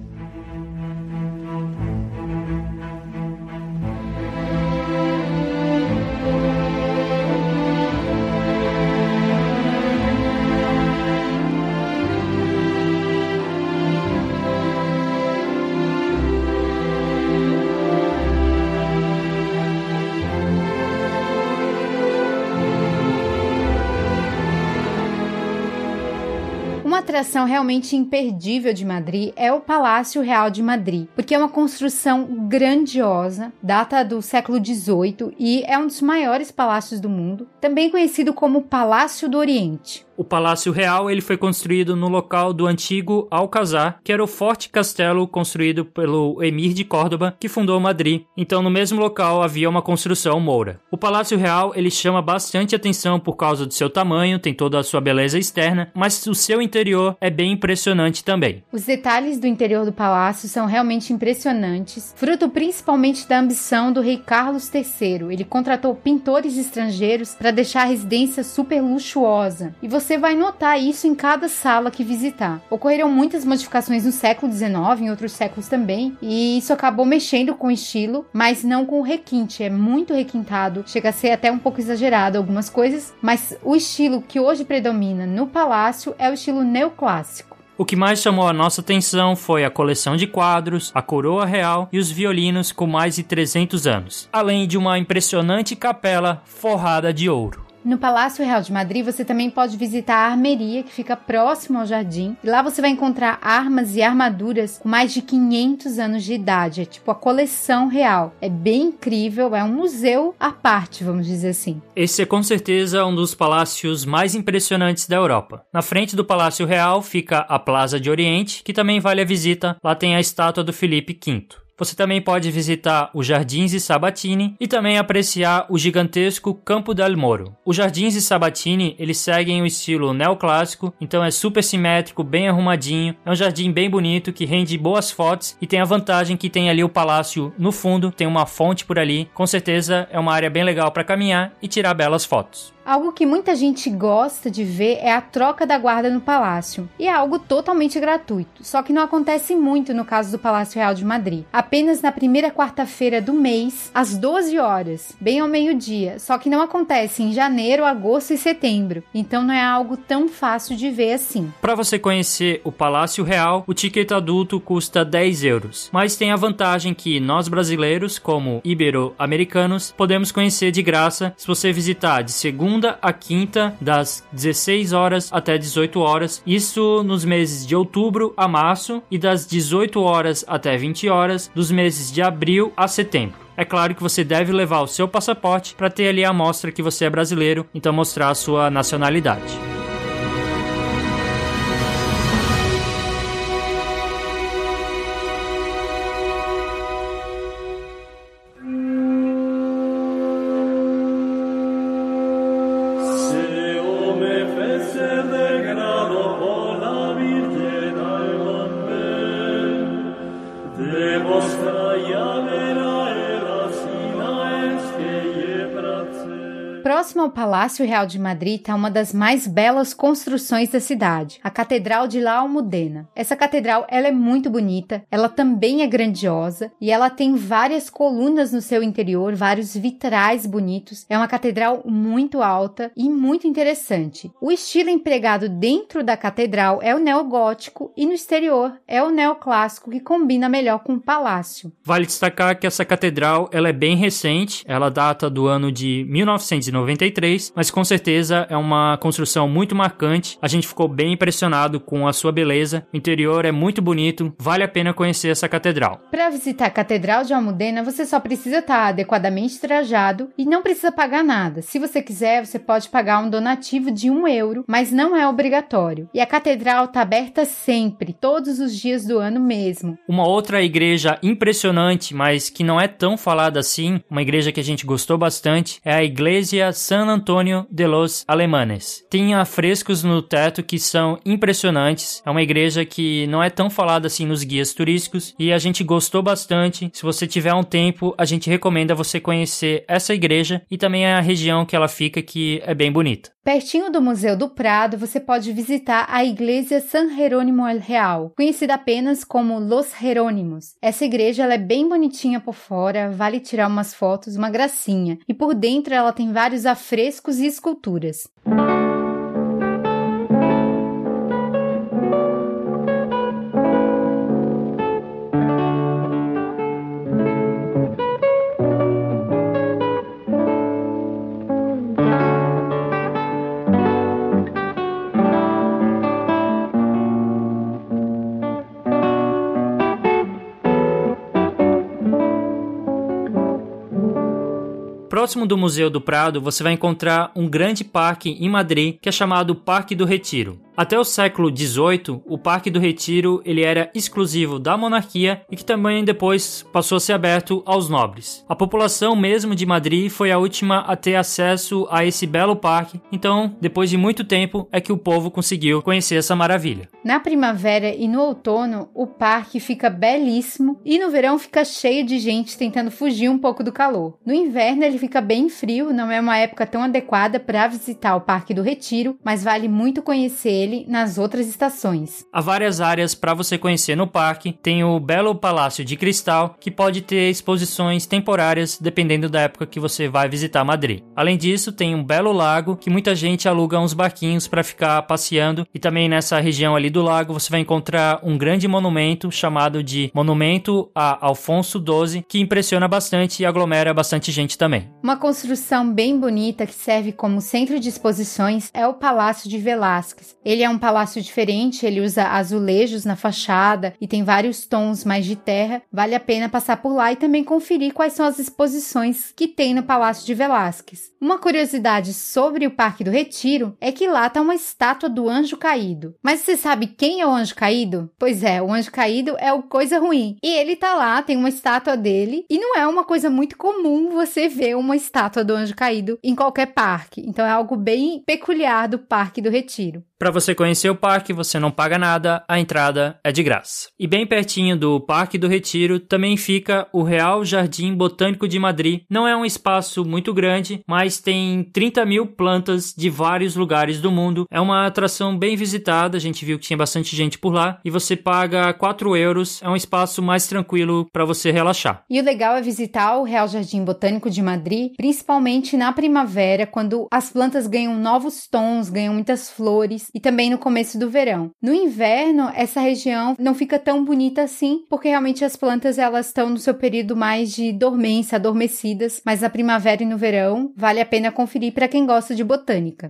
Uma atração realmente imperdível de Madrid é o Palácio Real de Madrid, porque é uma construção grandiosa, data do século dezoito e é um dos maiores palácios do mundo, também conhecido como Palácio do Oriente. O Palácio Real ele foi construído no local do antigo Alcazar, que era o forte castelo construído pelo Emir de Córdoba, que fundou Madrid. Então, no mesmo local havia uma construção moura. O Palácio Real ele chama bastante atenção por causa do seu tamanho, tem toda a sua beleza externa, mas o seu interior é bem impressionante também. Os detalhes do interior do palácio são realmente impressionantes, fruto principalmente da ambição do rei Carlos terceiro. Ele contratou pintores estrangeiros para deixar a residência super luxuosa. E você Você vai notar isso em cada sala que visitar. Ocorreram muitas modificações no século dezenove, em outros séculos também, e isso acabou mexendo com o estilo, mas não com o requinte. É muito requintado, chega a ser até um pouco exagerado algumas coisas, mas o estilo que hoje predomina no palácio é o estilo neoclássico. O que mais chamou a nossa atenção foi a coleção de quadros, a coroa real e os violinos com mais de trezentos anos, além de uma impressionante capela forrada de ouro. No Palácio Real de Madrid, você também pode visitar a armeria, que fica próximo ao jardim. E lá você vai encontrar armas e armaduras com mais de quinhentos anos de idade. É tipo a coleção real. É bem incrível, é um museu à parte, vamos dizer assim. Esse é com certeza um dos palácios mais impressionantes da Europa. Na frente do Palácio Real fica a Plaza de Oriente, que também vale a visita. Lá tem a estátua do Felipe quinto. Você também pode visitar os Jardins de Sabatini e também apreciar o gigantesco Campo del Moro. Os Jardins de Sabatini, eles seguem o estilo neoclássico, então é super simétrico, bem arrumadinho. É um jardim bem bonito que rende boas fotos e tem a vantagem que tem ali o palácio no fundo, tem uma fonte por ali. Com certeza é uma área bem legal para caminhar e tirar belas fotos. Algo que muita gente gosta de ver é a troca da guarda no palácio, e é algo totalmente gratuito, só que não acontece muito no caso do Palácio Real de Madrid. Apenas na primeira quarta-feira do mês, às doze horas, bem ao meio-dia, só que não acontece em janeiro, agosto e setembro, então não é algo tão fácil de ver assim. Para você conhecer o Palácio Real, o ticket adulto custa dez euros, mas tem a vantagem que nós brasileiros, como ibero-americanos, podemos conhecer de graça se você visitar de segunda a quinta, das dezesseis horas até dezoito horas, isso nos meses de outubro a março e das dezoito horas até vinte horas, dos meses de abril a setembro. É claro que você deve levar o seu passaporte para ter ali a amostra que você é brasileiro, então mostrar a sua nacionalidade. Próximo ao Palácio Real de Madrid está uma das mais belas construções da cidade, a Catedral de La Almudena. Essa catedral ela é muito bonita, ela também é grandiosa e ela tem várias colunas no seu interior, vários vitrais bonitos. É uma catedral muito alta e muito interessante. O estilo empregado dentro da catedral é o neogótico e no exterior é o neoclássico, que combina melhor com o palácio. Vale destacar que essa catedral ela é bem recente, ela data do ano de mil novecentos e noventa e três, mas com certeza é uma construção muito marcante. A gente ficou bem impressionado com a sua beleza. O interior é muito bonito, vale a pena conhecer essa catedral. Para visitar a Catedral de Almudena, você só precisa estar adequadamente trajado e não precisa pagar nada. Se você quiser, você pode pagar um donativo de um euro, mas não é obrigatório. E a catedral está aberta sempre, todos os dias do ano mesmo. Uma outra igreja impressionante, mas que não é tão falada assim, uma igreja que a gente gostou bastante, é a Iglesia San Antonio de los Alemanes. Tem afrescos no teto que são impressionantes. É uma igreja que não é tão falada assim nos guias turísticos e a gente gostou bastante. Se você tiver um tempo, a gente recomenda você conhecer essa igreja e também a região que ela fica, que é bem bonita. Pertinho do Museu do Prado, você pode visitar a Iglesia San Jerónimo el Real, conhecida apenas como Los Jerónimos. Essa igreja ela é bem bonitinha por fora, vale tirar umas fotos, uma gracinha. E por dentro ela tem vários afrescos e esculturas. Próximo do Museu do Prado, você vai encontrar um grande parque em Madrid que é chamado Parque do Retiro. Até o século dezoito, o Parque do Retiro ele era exclusivo da monarquia e que também depois passou a ser aberto aos nobres. A população mesmo de Madrid foi a última a ter acesso a esse belo parque, então depois de muito tempo é que o povo conseguiu conhecer essa maravilha. Na primavera e no outono, o parque fica belíssimo e no verão fica cheio de gente tentando fugir um pouco do calor. No inverno ele fica bem frio, não é uma época tão adequada para visitar o Parque do Retiro, mas vale muito conhecer ele nas outras estações. Há várias áreas para você conhecer no parque. Tem o belo Palácio de Cristal, que pode ter exposições temporárias dependendo da época que você vai visitar Madrid. Além disso, tem um belo lago que muita gente aluga uns barquinhos para ficar passeando, e também nessa região ali do lago você vai encontrar um grande monumento chamado de Monumento a Alfonso doze, que impressiona bastante e aglomera bastante gente também. Uma construção bem bonita que serve como centro de exposições é o Palácio de Velázquez. Ele é um palácio diferente, ele usa azulejos na fachada e tem vários tons mais de terra. Vale a pena passar por lá e também conferir quais são as exposições que tem no Palácio de Velázquez. Uma curiosidade sobre o Parque do Retiro é que lá está uma estátua do Anjo Caído. Mas você sabe quem é o Anjo Caído? Pois é, o Anjo Caído é o Coisa Ruim. E ele tá lá, tem uma estátua dele, e não é uma coisa muito comum você ver uma estátua do Anjo Caído em qualquer parque. Então é algo bem peculiar do Parque do Retiro. Para você você conhecer o parque, você não paga nada, a entrada é de graça. E bem pertinho do Parque do Retiro também fica o Real Jardim Botânico de Madrid. Não é um espaço muito grande, mas tem trinta mil plantas de vários lugares do mundo. É uma atração bem visitada, a gente viu que tinha bastante gente por lá, e você paga quatro euros, é um espaço mais tranquilo para você relaxar. E o legal é visitar o Real Jardim Botânico de Madrid, principalmente na primavera, quando as plantas ganham novos tons, ganham muitas flores, e também no começo do verão. No inverno, essa região não fica tão bonita assim, porque realmente as plantas elas estão no seu período mais de dormência, adormecidas, mas na primavera e no verão vale a pena conferir para quem gosta de botânica.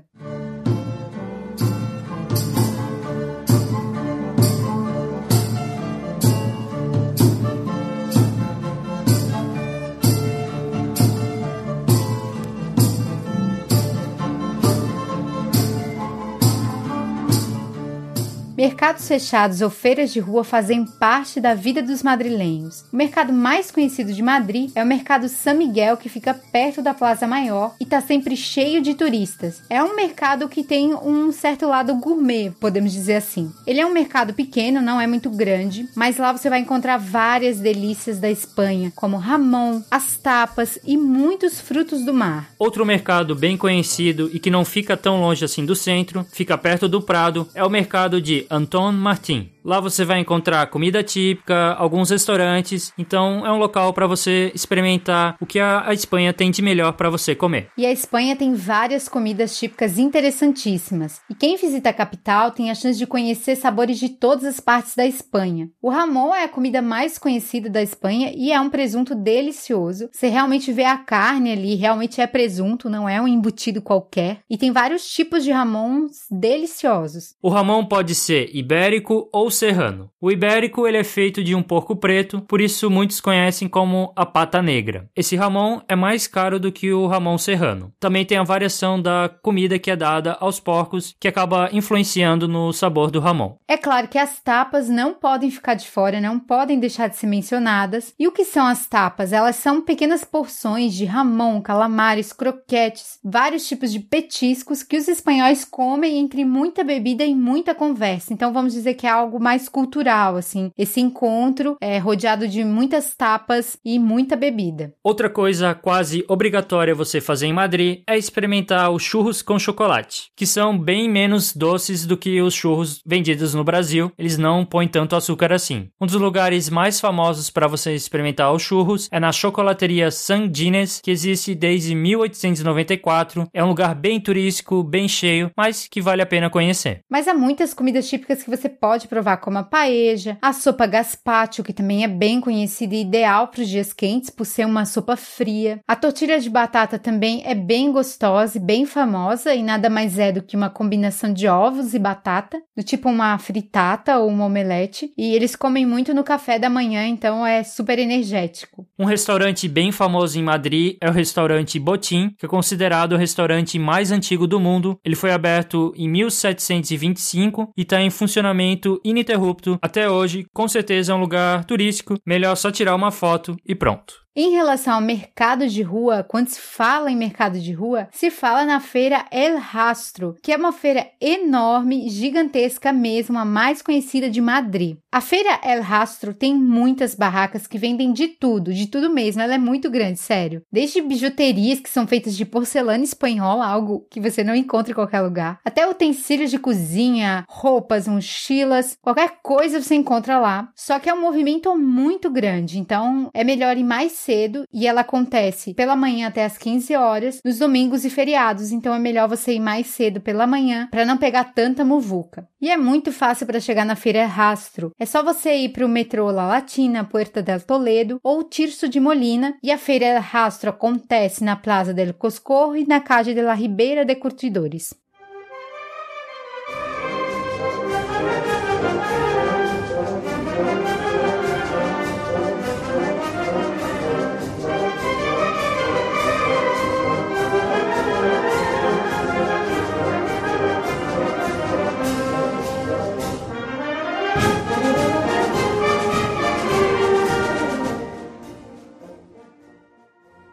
Mercados fechados ou feiras de rua fazem parte da vida dos madrilenhos. O mercado mais conhecido de Madrid é o Mercado San Miguel, que fica perto da Plaza Maior e está sempre cheio de turistas. É um mercado que tem um certo lado gourmet, podemos dizer assim. Ele é um mercado pequeno, não é muito grande, mas lá você vai encontrar várias delícias da Espanha, como jamón, as tapas e muitos frutos do mar. Outro mercado bem conhecido e que não fica tão longe assim do centro, fica perto do Prado, é o mercado de Antón Martín. Lá você vai encontrar comida típica, alguns restaurantes, então é um local para você experimentar o que a, a Espanha tem de melhor para você comer. E a Espanha tem várias comidas típicas interessantíssimas. E quem visita a capital tem a chance de conhecer sabores de todas as partes da Espanha. O jamón é a comida mais conhecida da Espanha e é um presunto delicioso. Você realmente vê a carne ali, realmente é presunto, não é um embutido qualquer. E tem vários tipos de jamons deliciosos. O jamón pode ser ibérico ou serrano. O ibérico ele é feito de um porco preto, por isso muitos conhecem como a pata negra. Esse jamón é mais caro do que o jamón serrano. Também tem a variação da comida que é dada aos porcos, que acaba influenciando no sabor do jamón. É claro que as tapas não podem ficar de fora, não podem deixar de ser mencionadas. E o que são as tapas? Elas são pequenas porções de jamón, calamares, croquetes, vários tipos de petiscos que os espanhóis comem entre muita bebida e muita conversa. Então vamos dizer que é algo mais cultural, assim. Esse encontro é rodeado de muitas tapas e muita bebida. Outra coisa quase obrigatória você fazer em Madrid é experimentar os churros com chocolate, que são bem menos doces do que os churros vendidos no Brasil. Eles não põem tanto açúcar assim. Um dos lugares mais famosos para você experimentar os churros é na chocolateria San Ginés, que existe desde mil oitocentos e noventa e quatro. É um lugar bem turístico, bem cheio, mas que vale a pena conhecer. Mas há muitas comidas típicas que você pode provar, como a paella, a sopa gazpacho, que também é bem conhecida e ideal para os dias quentes, por ser uma sopa fria. A tortilha de batata também é bem gostosa e bem famosa, e nada mais é do que uma combinação de ovos e batata, do tipo uma fritata ou uma omelete, e eles comem muito no café da manhã, então é super energético. Um restaurante bem famoso em Madrid é o restaurante Botín, que é considerado o restaurante mais antigo do mundo. Ele foi aberto em mil setecentos e vinte e cinco e está em funcionamento ininterrupto até hoje. Com certeza é um lugar turístico, melhor só tirar uma foto e pronto. Em relação ao mercado de rua, quando se fala em mercado de rua, se fala na feira El Rastro, que é uma feira enorme, gigantesca mesmo, a mais conhecida de Madrid. A feira El Rastro tem muitas barracas que vendem de tudo, de tudo mesmo, ela é muito grande, sério. Desde bijuterias que são feitas de porcelana espanhola, algo que você não encontra em qualquer lugar, até utensílios de cozinha, roupas, mochilas, qualquer coisa você encontra lá. Só que é um movimento muito grande, então é melhor ir mais cedo, e ela acontece pela manhã até as quinze horas, nos domingos e feriados, então é melhor você ir mais cedo pela manhã para não pegar tanta muvuca. E é muito fácil para chegar na Feira Rastro. É só você ir para o metrô La Latina, Puerta del Toledo ou Tirso de Molina, e a Feira Rastro acontece na Plaza del Coscorro e na Calle de la Ribeira de Curtidores.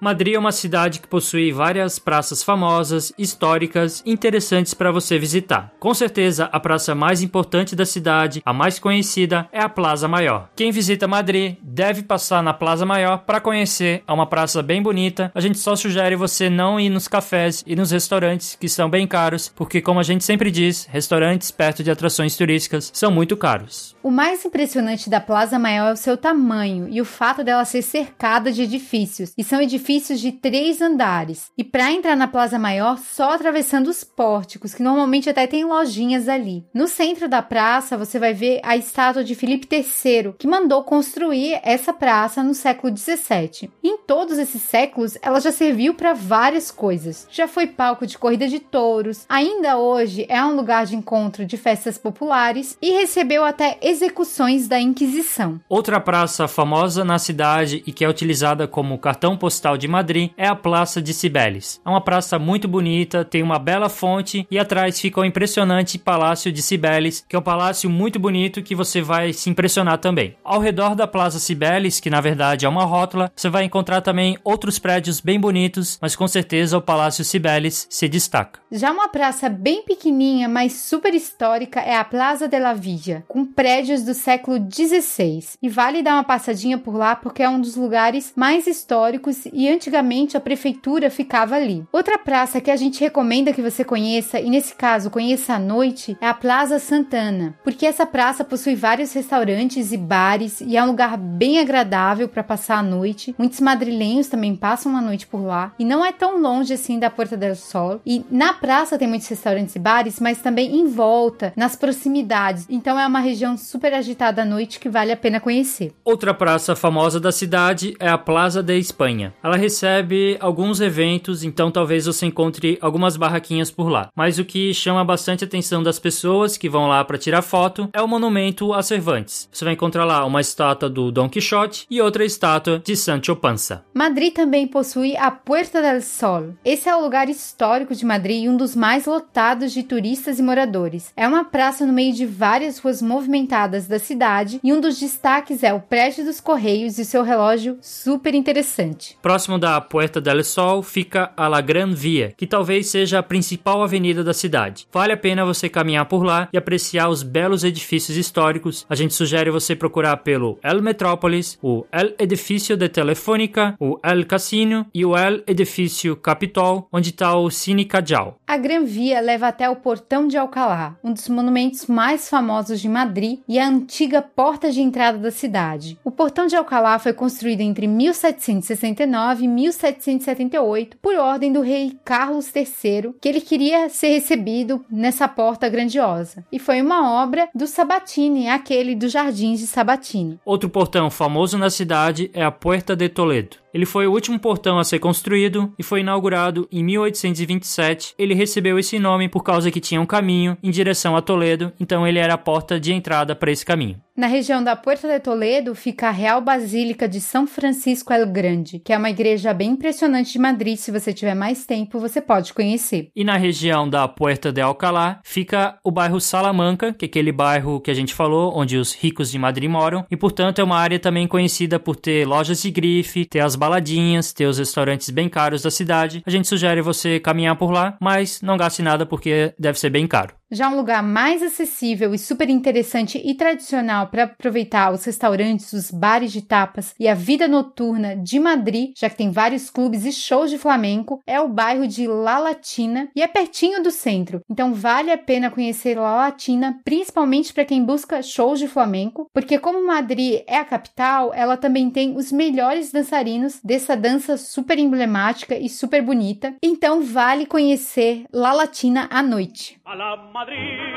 Madrid é uma cidade que possui várias praças famosas, históricas e interessantes para você visitar. Com certeza, a praça mais importante da cidade, a mais conhecida, é a Plaza Maior. Quem visita Madrid deve passar na Plaza Maior para conhecer. É uma praça bem bonita. A gente só sugere você não ir nos cafés e nos restaurantes, que são bem caros, porque, como a gente sempre diz, restaurantes perto de atrações turísticas são muito caros. O mais impressionante da Plaza Maior é o seu tamanho e o fato dela ser cercada de edifícios, e são edifícios de três andares. E para entrar na Plaza Maior, só atravessando os pórticos, que normalmente até tem lojinhas ali. No centro da praça, você vai ver a estátua de Filipe terceiro, que mandou construir essa praça no século dezessete. E em todos esses séculos, ela já serviu para várias coisas. Já foi palco de corrida de touros, ainda hoje é um lugar de encontro de festas populares e recebeu até execuções da Inquisição. Outra praça famosa na cidade e que é utilizada como cartão postal de Madrid é a Praça de Cibeles. É uma praça muito bonita, tem uma bela fonte e atrás fica o impressionante Palácio de Cibeles, que é um palácio muito bonito que você vai se impressionar também. Ao redor da Plaza Cibeles, que na verdade é uma rótula, você vai encontrar também outros prédios bem bonitos, mas com certeza o Palácio Cibeles se destaca. Já uma praça bem pequenininha, mas super histórica, é a Plaza de la Villa, com prédios do século dezesseis. E vale dar uma passadinha por lá porque é um dos lugares mais históricos e antigamente a prefeitura ficava ali. Outra praça que a gente recomenda que você conheça, e nesse caso conheça à noite, é a Plaza Santana, porque essa praça possui vários restaurantes e bares e é um lugar bem agradável para passar a noite. Muitos madrilenhos também passam a noite por lá e não é tão longe assim da Puerta del Sol. E na praça tem muitos restaurantes e bares, mas também em volta, nas proximidades. Então é uma região super agitada à noite que vale a pena conhecer. Outra praça famosa da cidade é a Plaza de Espanha. Ela recebe alguns eventos, então talvez você encontre algumas barraquinhas por lá. Mas o que chama bastante a atenção das pessoas que vão lá para tirar foto é o monumento a Cervantes. Você vai encontrar lá uma estátua do Dom Quixote e outra estátua de Sancho Panza. Madrid também possui a Puerta del Sol. Esse é o lugar histórico de Madrid e um dos mais lotados de turistas e moradores. É uma praça no meio de várias ruas movimentadas da cidade e um dos destaques é o prédio dos Correios e seu relógio super interessante. Próximo da Puerta del Sol fica a La Gran Via, que talvez seja a principal avenida da cidade. Vale a pena você caminhar por lá e apreciar os belos edifícios históricos. A gente sugere você procurar pelo El Metrópolis, o El Edifício de Telefônica, o El Casino e o El Edifício Capitol, onde está o Cine Cajal. A Gran Via leva até o Portão de Alcalá, um dos monumentos mais famosos de Madrid e a antiga porta de entrada da cidade. O Portão de Alcalá foi construído entre mil setecentos e sessenta e nove e mil setecentos e setenta e oito por ordem do rei Carlos terceiro, que ele queria ser recebido nessa porta grandiosa. E foi uma obra do Sabatini, aquele dos Jardins de Sabatini. Outro portão famoso na cidade é a Puerta de Toledo. Ele foi o último portão a ser construído e foi inaugurado em mil oitocentos e vinte e sete. Ele recebeu esse nome por causa que tinha um caminho em direção a Toledo, então ele era a porta de entrada para esse caminho. Na região da Puerta de Toledo fica a Real Basílica de São Francisco el Grande, que é uma igreja bem impressionante de Madrid. Se você tiver mais tempo, você pode conhecer. E na região da Puerta de Alcalá fica o bairro Salamanca, que é aquele bairro que a gente falou, onde os ricos de Madrid moram, e portanto é uma área também conhecida por ter lojas de grife, ter as baladinhas, ter os restaurantes bem caros da cidade. A gente sugere você caminhar por lá, mas não gaste nada porque deve ser bem caro. Já um lugar mais acessível e super interessante e tradicional para aproveitar os restaurantes, os bares de tapas e a vida noturna de Madrid, já que tem vários clubes e shows de flamenco, é o bairro de La Latina e é pertinho do centro. Então vale a pena conhecer La Latina, principalmente para quem busca shows de flamenco, porque como Madrid é a capital, ela também tem os melhores dançarinos dessa dança super emblemática e super bonita. Então vale conhecer La Latina à noite. A la Madrid,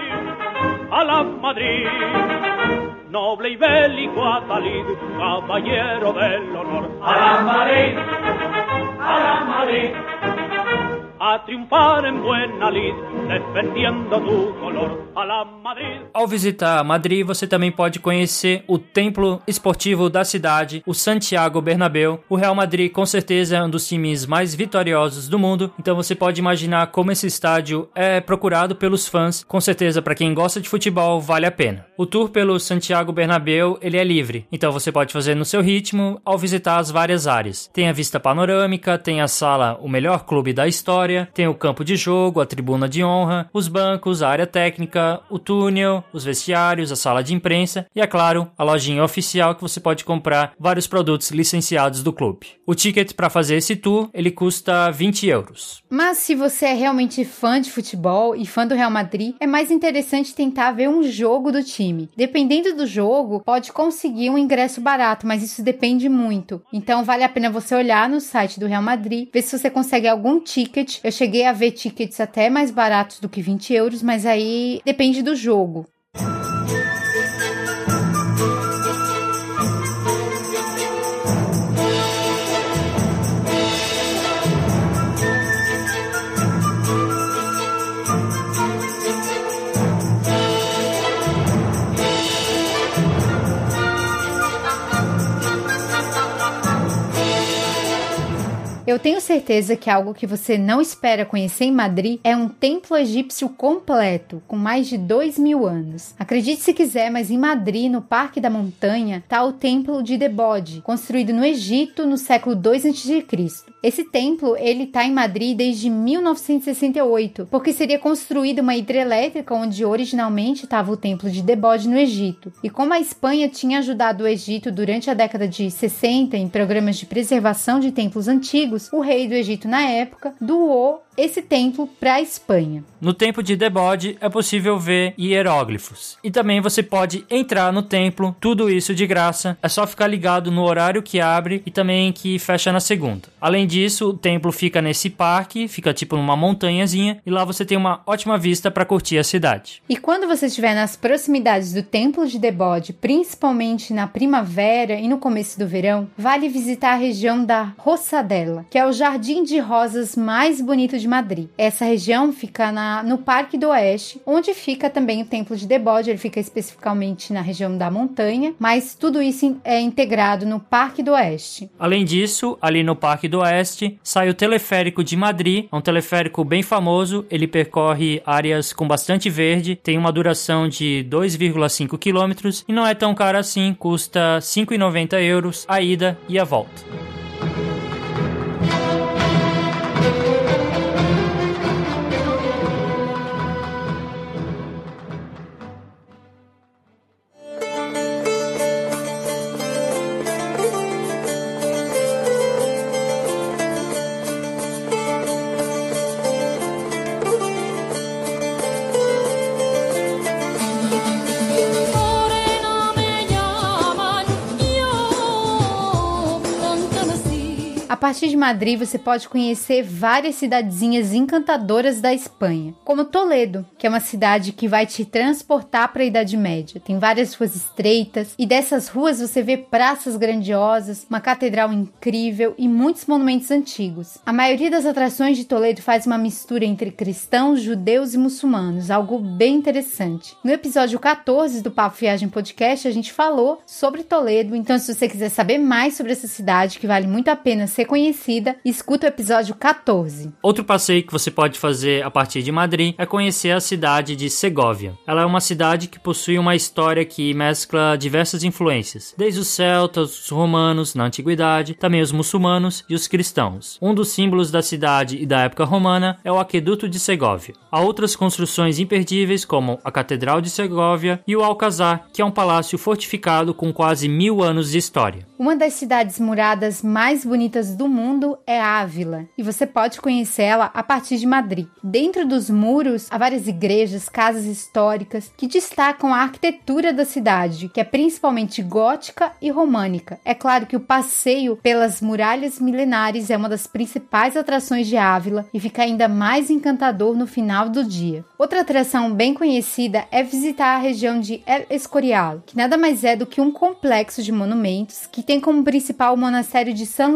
a la Madrid, noble y bélico Atalid, caballero del honor. A la Madrid, a la Madrid, a triunfar en buena lid, defendiendo tu color a la Madrid. Ao visitar Madrid, você também pode conhecer o templo esportivo da cidade, o Santiago Bernabéu. O Real Madrid com certeza é um dos times mais vitoriosos do mundo, então você pode imaginar como esse estádio é procurado pelos fãs. Com certeza, para quem gosta de futebol, vale a pena. O tour pelo Santiago Bernabéu, ele é livre, então você pode fazer no seu ritmo ao visitar as várias áreas. Tem a vista panorâmica, tem a sala O Melhor Clube da História, tem o campo de jogo, a tribuna de honra, os bancos, a área técnica, o túnel, os vestiários, a sala de imprensa e, é claro, a lojinha oficial que você pode comprar vários produtos licenciados do clube. O ticket para fazer esse tour, ele custa vinte euros. Mas se você é realmente fã de futebol e fã do Real Madrid, é mais interessante tentar ver um jogo do time. Dependendo do jogo, pode conseguir um ingresso barato, mas isso depende muito. Então vale a pena você olhar no site do Real Madrid, ver se você consegue algum ticket. Eu cheguei a ver tickets até mais baratos do que vinte euros, mas aí depende do jogo. Eu tenho certeza que algo que você não espera conhecer em Madrid é um templo egípcio completo, com mais de dois mil anos. Acredite se quiser, mas em Madrid, no Parque da Montanha, está o Templo de Debode, construído no Egito no século dois antes de Cristo. Esse templo, ele está em Madrid desde mil novecentos e sessenta e oito, porque seria construída uma hidrelétrica onde originalmente estava o Templo de Debode no Egito. E como a Espanha tinha ajudado o Egito durante a década de sessenta em programas de preservação de templos antigos, o rei do Egito na época doou esse templo para a Espanha. No Templo de Debode é possível ver hieróglifos. E também você pode entrar no templo, tudo isso de graça. É só ficar ligado no horário que abre e também que fecha na segunda. Além disso, o templo fica nesse parque, fica tipo numa montanhazinha, e lá você tem uma ótima vista para curtir a cidade. E quando você estiver nas proximidades do Templo de Debode, principalmente na primavera e no começo do verão, vale visitar a região da Roçadela, que é o jardim de rosas mais bonito de Madrid. Essa região fica na, no Parque do Oeste, onde fica também o Templo de Debode. Ele fica especificamente na região da montanha, mas tudo isso é integrado no Parque do Oeste. Além disso, ali no Parque do Oeste, sai o Teleférico de Madrid, é um teleférico bem famoso. Ele percorre áreas com bastante verde, tem uma duração de dois vírgula cinco quilômetros e não é tão caro assim, custa cinco e noventa euros a ida e a volta. A partir de Madrid, você pode conhecer várias cidadezinhas encantadoras da Espanha, como Toledo, que é uma cidade que vai te transportar para a Idade Média. Tem várias ruas estreitas e dessas ruas você vê praças grandiosas, uma catedral incrível e muitos monumentos antigos. A maioria das atrações de Toledo faz uma mistura entre cristãos, judeus e muçulmanos, algo bem interessante. No episódio quatorze do Papo Viagem Podcast, a gente falou sobre Toledo, então se você quiser saber mais sobre essa cidade, que vale muito a pena ser conhecida, escuta o episódio quatorze. Outro passeio que você pode fazer a partir de Madrid é conhecer a cidade de Segóvia. Ela é uma cidade que possui uma história que mescla diversas influências, desde os celtas, os romanos na antiguidade, também os muçulmanos e os cristãos. Um dos símbolos da cidade e da época romana é o Aqueduto de Segóvia. Há outras construções imperdíveis como a Catedral de Segóvia e o Alcazar, que é um palácio fortificado com quase mil anos de história. Uma das cidades muradas mais bonitas do mundo é Ávila, e você pode conhecê-la a partir de Madrid. Dentro dos muros, há várias igrejas, casas históricas que destacam a arquitetura da cidade, que é principalmente gótica e românica. É claro que o passeio pelas muralhas milenares é uma das principais atrações de Ávila e fica ainda mais encantador no final do dia. Outra atração bem conhecida é visitar a região de El Escorial, que nada mais é do que um complexo de monumentos que tem como principal o monastério de São Lourenço,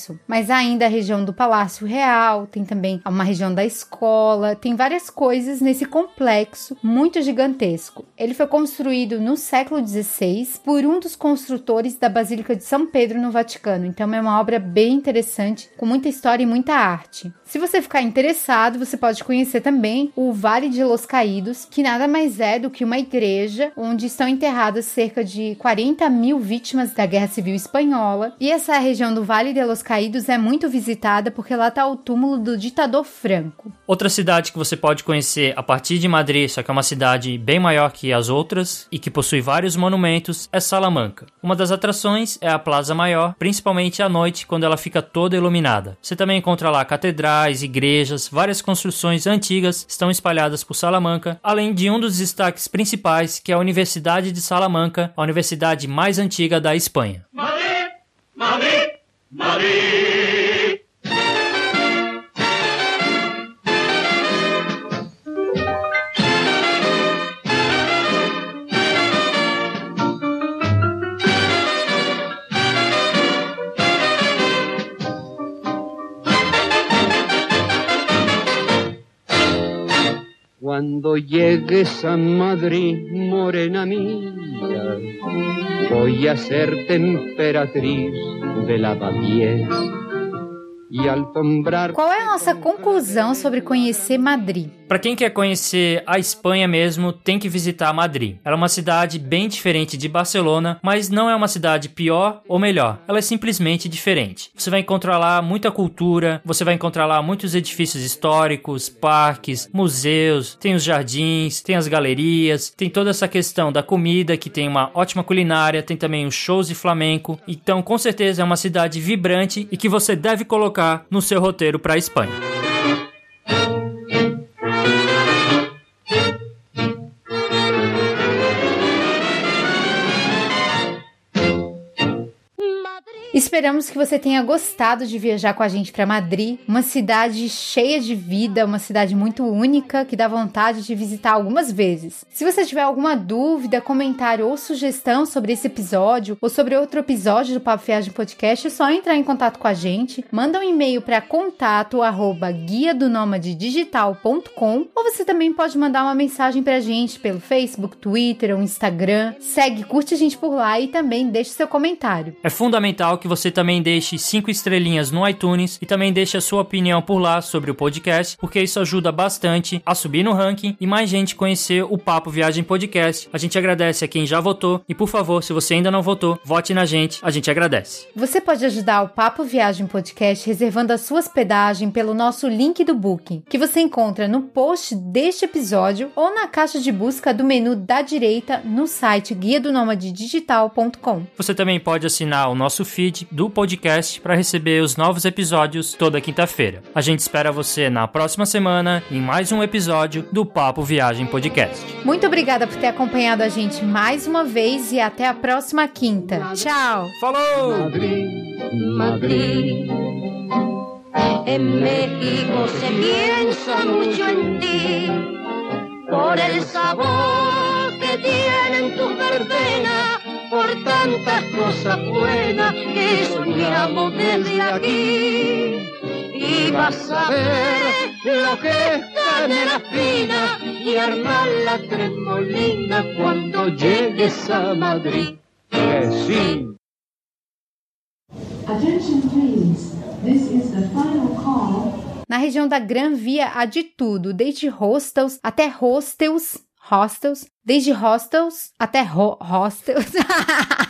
imenso. Mas há ainda a região do Palácio Real, tem também uma região da escola, tem várias coisas nesse complexo muito gigantesco. Ele foi construído no século dezesseis por um dos construtores da Basílica de São Pedro no Vaticano. Então é uma obra bem interessante, com muita história e muita arte. Se você ficar interessado, você pode conhecer também o Vale de los Caídos, que nada mais é do que uma igreja onde estão enterradas cerca de quarenta mil vítimas da Guerra Civil Espanhola. E essa região do Vale de los Caídos é muito visitada porque lá está o túmulo do ditador Franco. Outra cidade que você pode conhecer a partir de Madrid, só que é uma cidade bem maior que as outras e que possui vários monumentos, é Salamanca. Uma das atrações é a Plaza Maior, principalmente à noite, quando ela fica toda iluminada. Você também encontra lá catedrais, igrejas, várias construções antigas estão espalhadas por Salamanca, além de um dos destaques principais, que é a Universidade de Salamanca, a universidade mais antiga da Espanha. Madrid, Madrid, Madrid. Cuando llegues a Madrid, morena mía, voy a ser emperatriz de lavapiés y alfombrar... Qual é a nossa conclusão sobre conhecer Madrid? Para quem quer conhecer a Espanha mesmo, tem que visitar Madrid. Ela é uma cidade bem diferente de Barcelona, mas não é uma cidade pior ou melhor. Ela é simplesmente diferente. Você vai encontrar lá muita cultura, você vai encontrar lá muitos edifícios históricos, parques, museus, tem os jardins, tem as galerias, tem toda essa questão da comida, que tem uma ótima culinária, tem também os shows de flamenco. Então, com certeza, é uma cidade vibrante e que você deve colocar no seu roteiro para a Espanha. Esperamos que você tenha gostado de viajar com a gente para Madrid, uma cidade cheia de vida, uma cidade muito única que dá vontade de visitar algumas vezes. Se você tiver alguma dúvida, comentário ou sugestão sobre esse episódio ou sobre outro episódio do Papo Viagem Podcast, é só entrar em contato com a gente, manda um e-mail para contato arroba guia do nômade digital ponto com, ou você também pode mandar uma mensagem pra gente pelo Facebook, Twitter ou Instagram. Segue, curte a gente por lá e também deixe seu comentário. É fundamental que você também deixe cinco estrelinhas no iTunes e também deixe a sua opinião por lá sobre o podcast, porque isso ajuda bastante a subir no ranking e mais gente conhecer o Papo Viagem Podcast. A gente agradece a quem já votou e, por favor, se você ainda não votou, vote na gente, a gente agradece. Você pode ajudar o Papo Viagem Podcast reservando a sua hospedagem pelo nosso link do Booking, que você encontra no post deste episódio ou na caixa de busca do menu da direita no site guia do nômade digital ponto com. Você também pode assinar o nosso feed do podcast para receber os novos episódios toda quinta-feira. A gente espera você na próxima semana em mais um episódio do Papo Viagem Podcast. Muito obrigada por ter acompanhado a gente mais uma vez e até a próxima quinta. Tchau! Falou! Madrid, Madrid. En México se piensa mucho en ti, por el sabor que tienen tus verbenas, por tantas cosas buenas que soñamos desde aquí. Y vas a ver lo que es tener espina y armar la tremolina cuando llegues a Madrid. Que sí. Attention please, this is the final call. Na região da Gran Via há de tudo, desde hostels até hostels, hostels, desde hostels até ho- hostels.